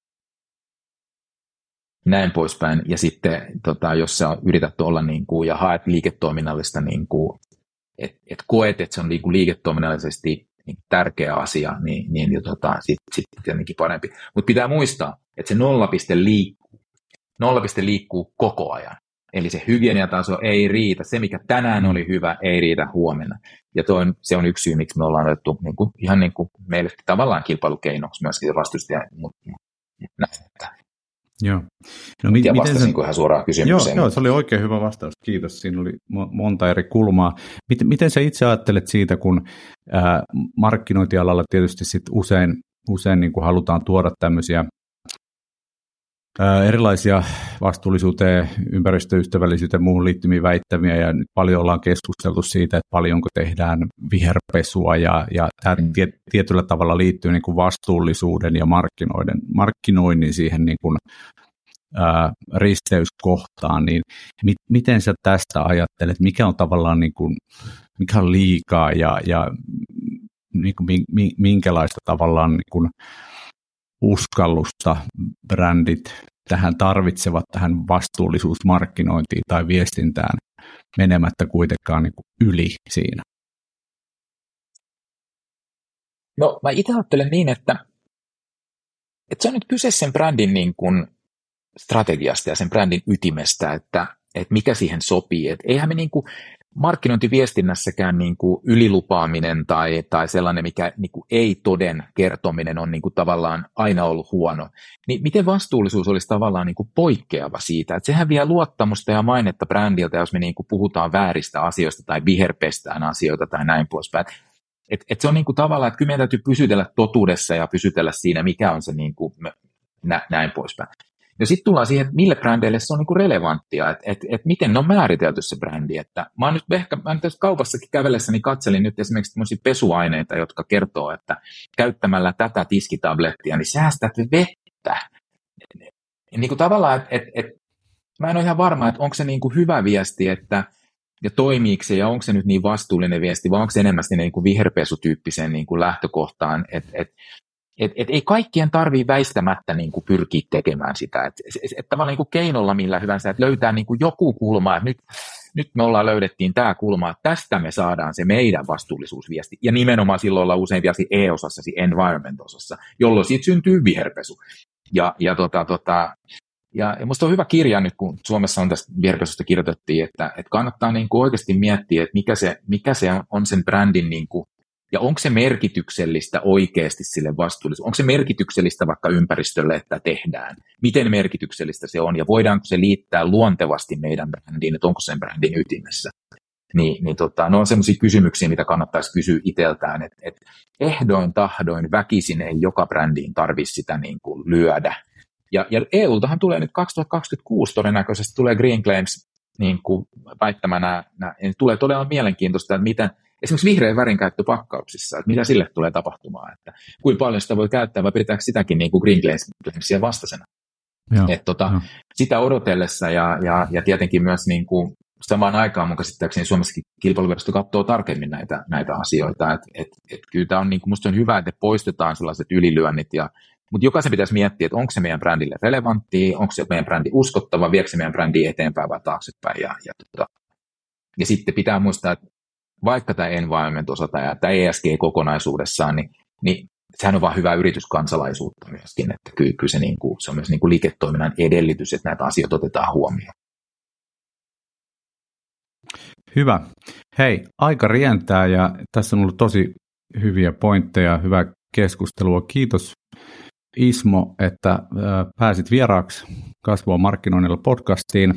näin poispäin. Ja sitten tota, jos sä yrität olla niin kuin, ja haet liiketoiminnallista, niin kuin, että et koet, että se on niin kuin liiketoiminnallisesti niin tärkeä asia, niin, niin tota, sitten sit tietenkin parempi. Mutta pitää muistaa, että se nollapiste liikkuu. Nollapiste liikkuu koko ajan. Eli se hygieniataso ei riitä. Se, mikä tänään oli hyvä, ei riitä huomenna. Ja toin, se on yksi syy, miksi me ollaan otettu niin kuin, ihan niin kuin meille tavallaan kilpailukeinoksi myöskin vastustaja. Joo. No, mit, ja vastasinko ihan suoraan kysymykseen? Joo, joo, se oli oikein hyvä vastaus. Kiitos. Siinä oli monta eri kulmaa. Miten, miten sä itse ajattelet siitä, kun ää, markkinointialalla tietysti sit usein, usein niin kuin halutaan tuoda tämmöisiä ää, erilaisia vastuullisuuteen, ympäristöystävällisyyteen ja muuhun liittymiä väittämiä, ja nyt paljon ollaan keskusteltu siitä, että paljonko tehdään viherpesua, ja, ja tämä tie, tietyllä tavalla liittyy niin kuin vastuullisuuden ja markkinoiden, markkinoinnin siihen niin kuin Ää, risteyskohtaan, niin mi- miten sä tästä ajattelet, mikä on tavallaan niin kuin, mikä on liikaa ja, ja niin kuin, mi- minkälaista tavallaan niin kuin uskallusta brändit tähän tarvitsevat tähän vastuullisuusmarkkinointiin tai viestintään menemättä kuitenkaan niin kuin yli siinä? No mä itse ajattelen niin, että, että se on nyt kyse sen brändin niin kuin strategiasta ja sen brändin ytimestä, että, että mikä siihen sopii. Et eihän me niin kuin markkinointiviestinnässäkään niin kuin ylilupaaminen tai, tai sellainen, mikä niin kuin ei-toden kertominen on niin kuin tavallaan aina ollut huono. Niin miten vastuullisuus olisi tavallaan niin kuin poikkeava siitä? Et sehän vie luottamusta ja mainetta brändiltä, jos me niin kuin puhutaan vääristä asioista tai viherpestään asioita tai näin poispäin. Et, et se on niin kuin tavallaan, että kyllä meidän täytyy pysytellä totuudessa ja pysytellä siinä, mikä on se niin kuin nä, näin poispäin. Ja sitten tullaan siihen, että mille brändeille se on niinku relevanttia, että et, et miten ne on määritelty se brändi. Että mä oon nyt ehkä, mä nyt tässä kaupassakin kävellessäni katselin nyt esimerkiksi tämmöisiä pesuaineita, jotka kertoo, että käyttämällä tätä tiskitablettia, niin säästät vettä. Niin kuin tavallaan, että et, et, mä en ole ihan varma, että onko se niinku hyvä viesti, että ja toimiiko se, ja onko se nyt niin vastuullinen viesti, vai onko se enemmän niin kuin viherpesutyyppiseen niin kuin lähtökohtaan, että et, Et, et ei kaikkien tarvitse väistämättä niin kuin pyrkiä tekemään sitä. Että et, et tavallaan niin kuin keinolla millä hyvänsä, että löytää niin kuin joku kulma, että nyt, nyt me ollaan löydettiin tämä kulma, että tästä me saadaan se meidän vastuullisuusviesti. Ja nimenomaan silloin ollaan usein vielä E-osassa, environment-osassa, jolloin siitä syntyy viherpesu. Ja, ja, tota, tota, ja musta on hyvä kirja nyt, kun Suomessa on tästä viherpesusta kirjoitettiin, että, että kannattaa niin kuin oikeasti miettiä, että mikä se, mikä se on sen brändin niin kuin ja onko se merkityksellistä oikeasti sille vastuullisuudelle? Onko se merkityksellistä vaikka ympäristölle, että tehdään? Miten merkityksellistä se on? Ja voidaanko se liittää luontevasti meidän brändiin? Että onko sen brändin ytimessä? Niin, niin tota, ne on sellaisia kysymyksiä, mitä kannattaisi kysyä itseltään. Että et ehdoin tahdoin väkisin ei joka brändiin tarvitse sitä niin kuin lyödä. Ja, ja E U:ltahan tulee nyt kaksituhattakaksikymmentäkuusi todennäköisesti tulee Green Claims niin kuin väittämänä. Nää, tulee todella mielenkiintoista, että miten esimerkiksi vihreän värin käyttö pakkauksissa, että mitä sille tulee tapahtumaan, että kuinka paljon sitä voi käyttää, vai pidetäänkö sitäkin niin kuin Green Claimsia vastaisena. Et tota, sitä odotellessa ja, ja, ja tietenkin myös niin kuin samaan aikaan mun käsittääkseni Suomessakin kilpailuvirasto katsoo tarkemmin näitä, näitä asioita. Et, et, et kyllä tämä on, niin kuin musta on hyvä, että poistetaan sellaiset ylilyönnit, ja, mutta jokaisen pitäisi miettiä, että onko se meidän brändille relevanttia, onko se meidän brändi uskottava, viekö se meidän brändi eteenpäin vai taaksepäin. Ja, ja, tota, ja sitten pitää muistaa, että vaikka tämä environment-osa tai tämä E S G kokonaisuudessaan, niin, niin sehän on vaan hyvä yrityskansalaisuutta myöskin, että kyllä, kyllä se, niin kuin, se on myös niin kuin liiketoiminnan edellytys, että näitä asioita otetaan huomioon. Hyvä. Hei, aika rientää ja tässä on ollut tosi hyviä pointteja, hyvää keskustelua. Kiitos Ismo, että pääsit vieraaksi Kasvua markkinoinnilla podcastiin.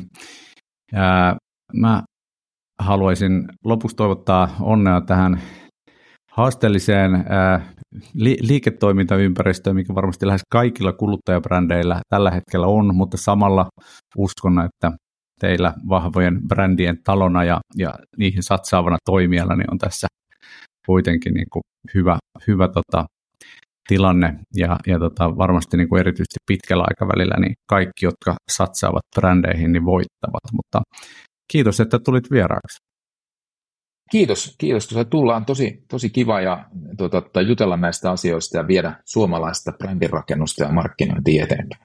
Mä haluaisin lopuksi toivottaa onnea tähän haasteelliseen ää, li- liiketoimintaympäristöön, mikä varmasti lähes kaikilla kuluttajabrändeillä tällä hetkellä on, mutta samalla uskon, että teillä vahvojen brändien talona ja, ja niihin satsaavana toimijalla niin on tässä kuitenkin niin kuin hyvä, hyvä tota, tilanne ja, ja tota, varmasti niin kuin erityisesti pitkällä aikavälillä niin kaikki, jotka satsaavat brändeihin, niin voittavat, mutta kiitos, että tulit vieraaksi. Kiitos, kiitos. Tuossa tullaan tosi, tosi kiva ja tuota, jutella näistä asioista ja viedä suomalaista brändinrakennusta ja markkinointia eteenpäin.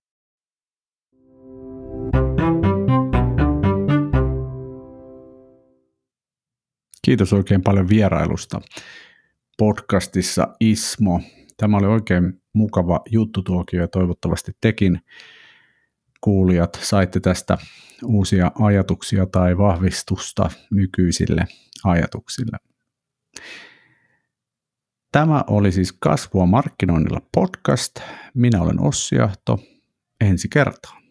Kiitos oikein paljon vierailusta podcastissa, Ismo. Tämä oli oikein mukava juttutuokio ja toivottavasti tekin kuulijat, saitte tästä uusia ajatuksia tai vahvistusta nykyisille ajatuksille. Tämä oli siis Kasvua markkinoinnilla podcast. Minä olen Ossi Ahto. Ensi kertaan.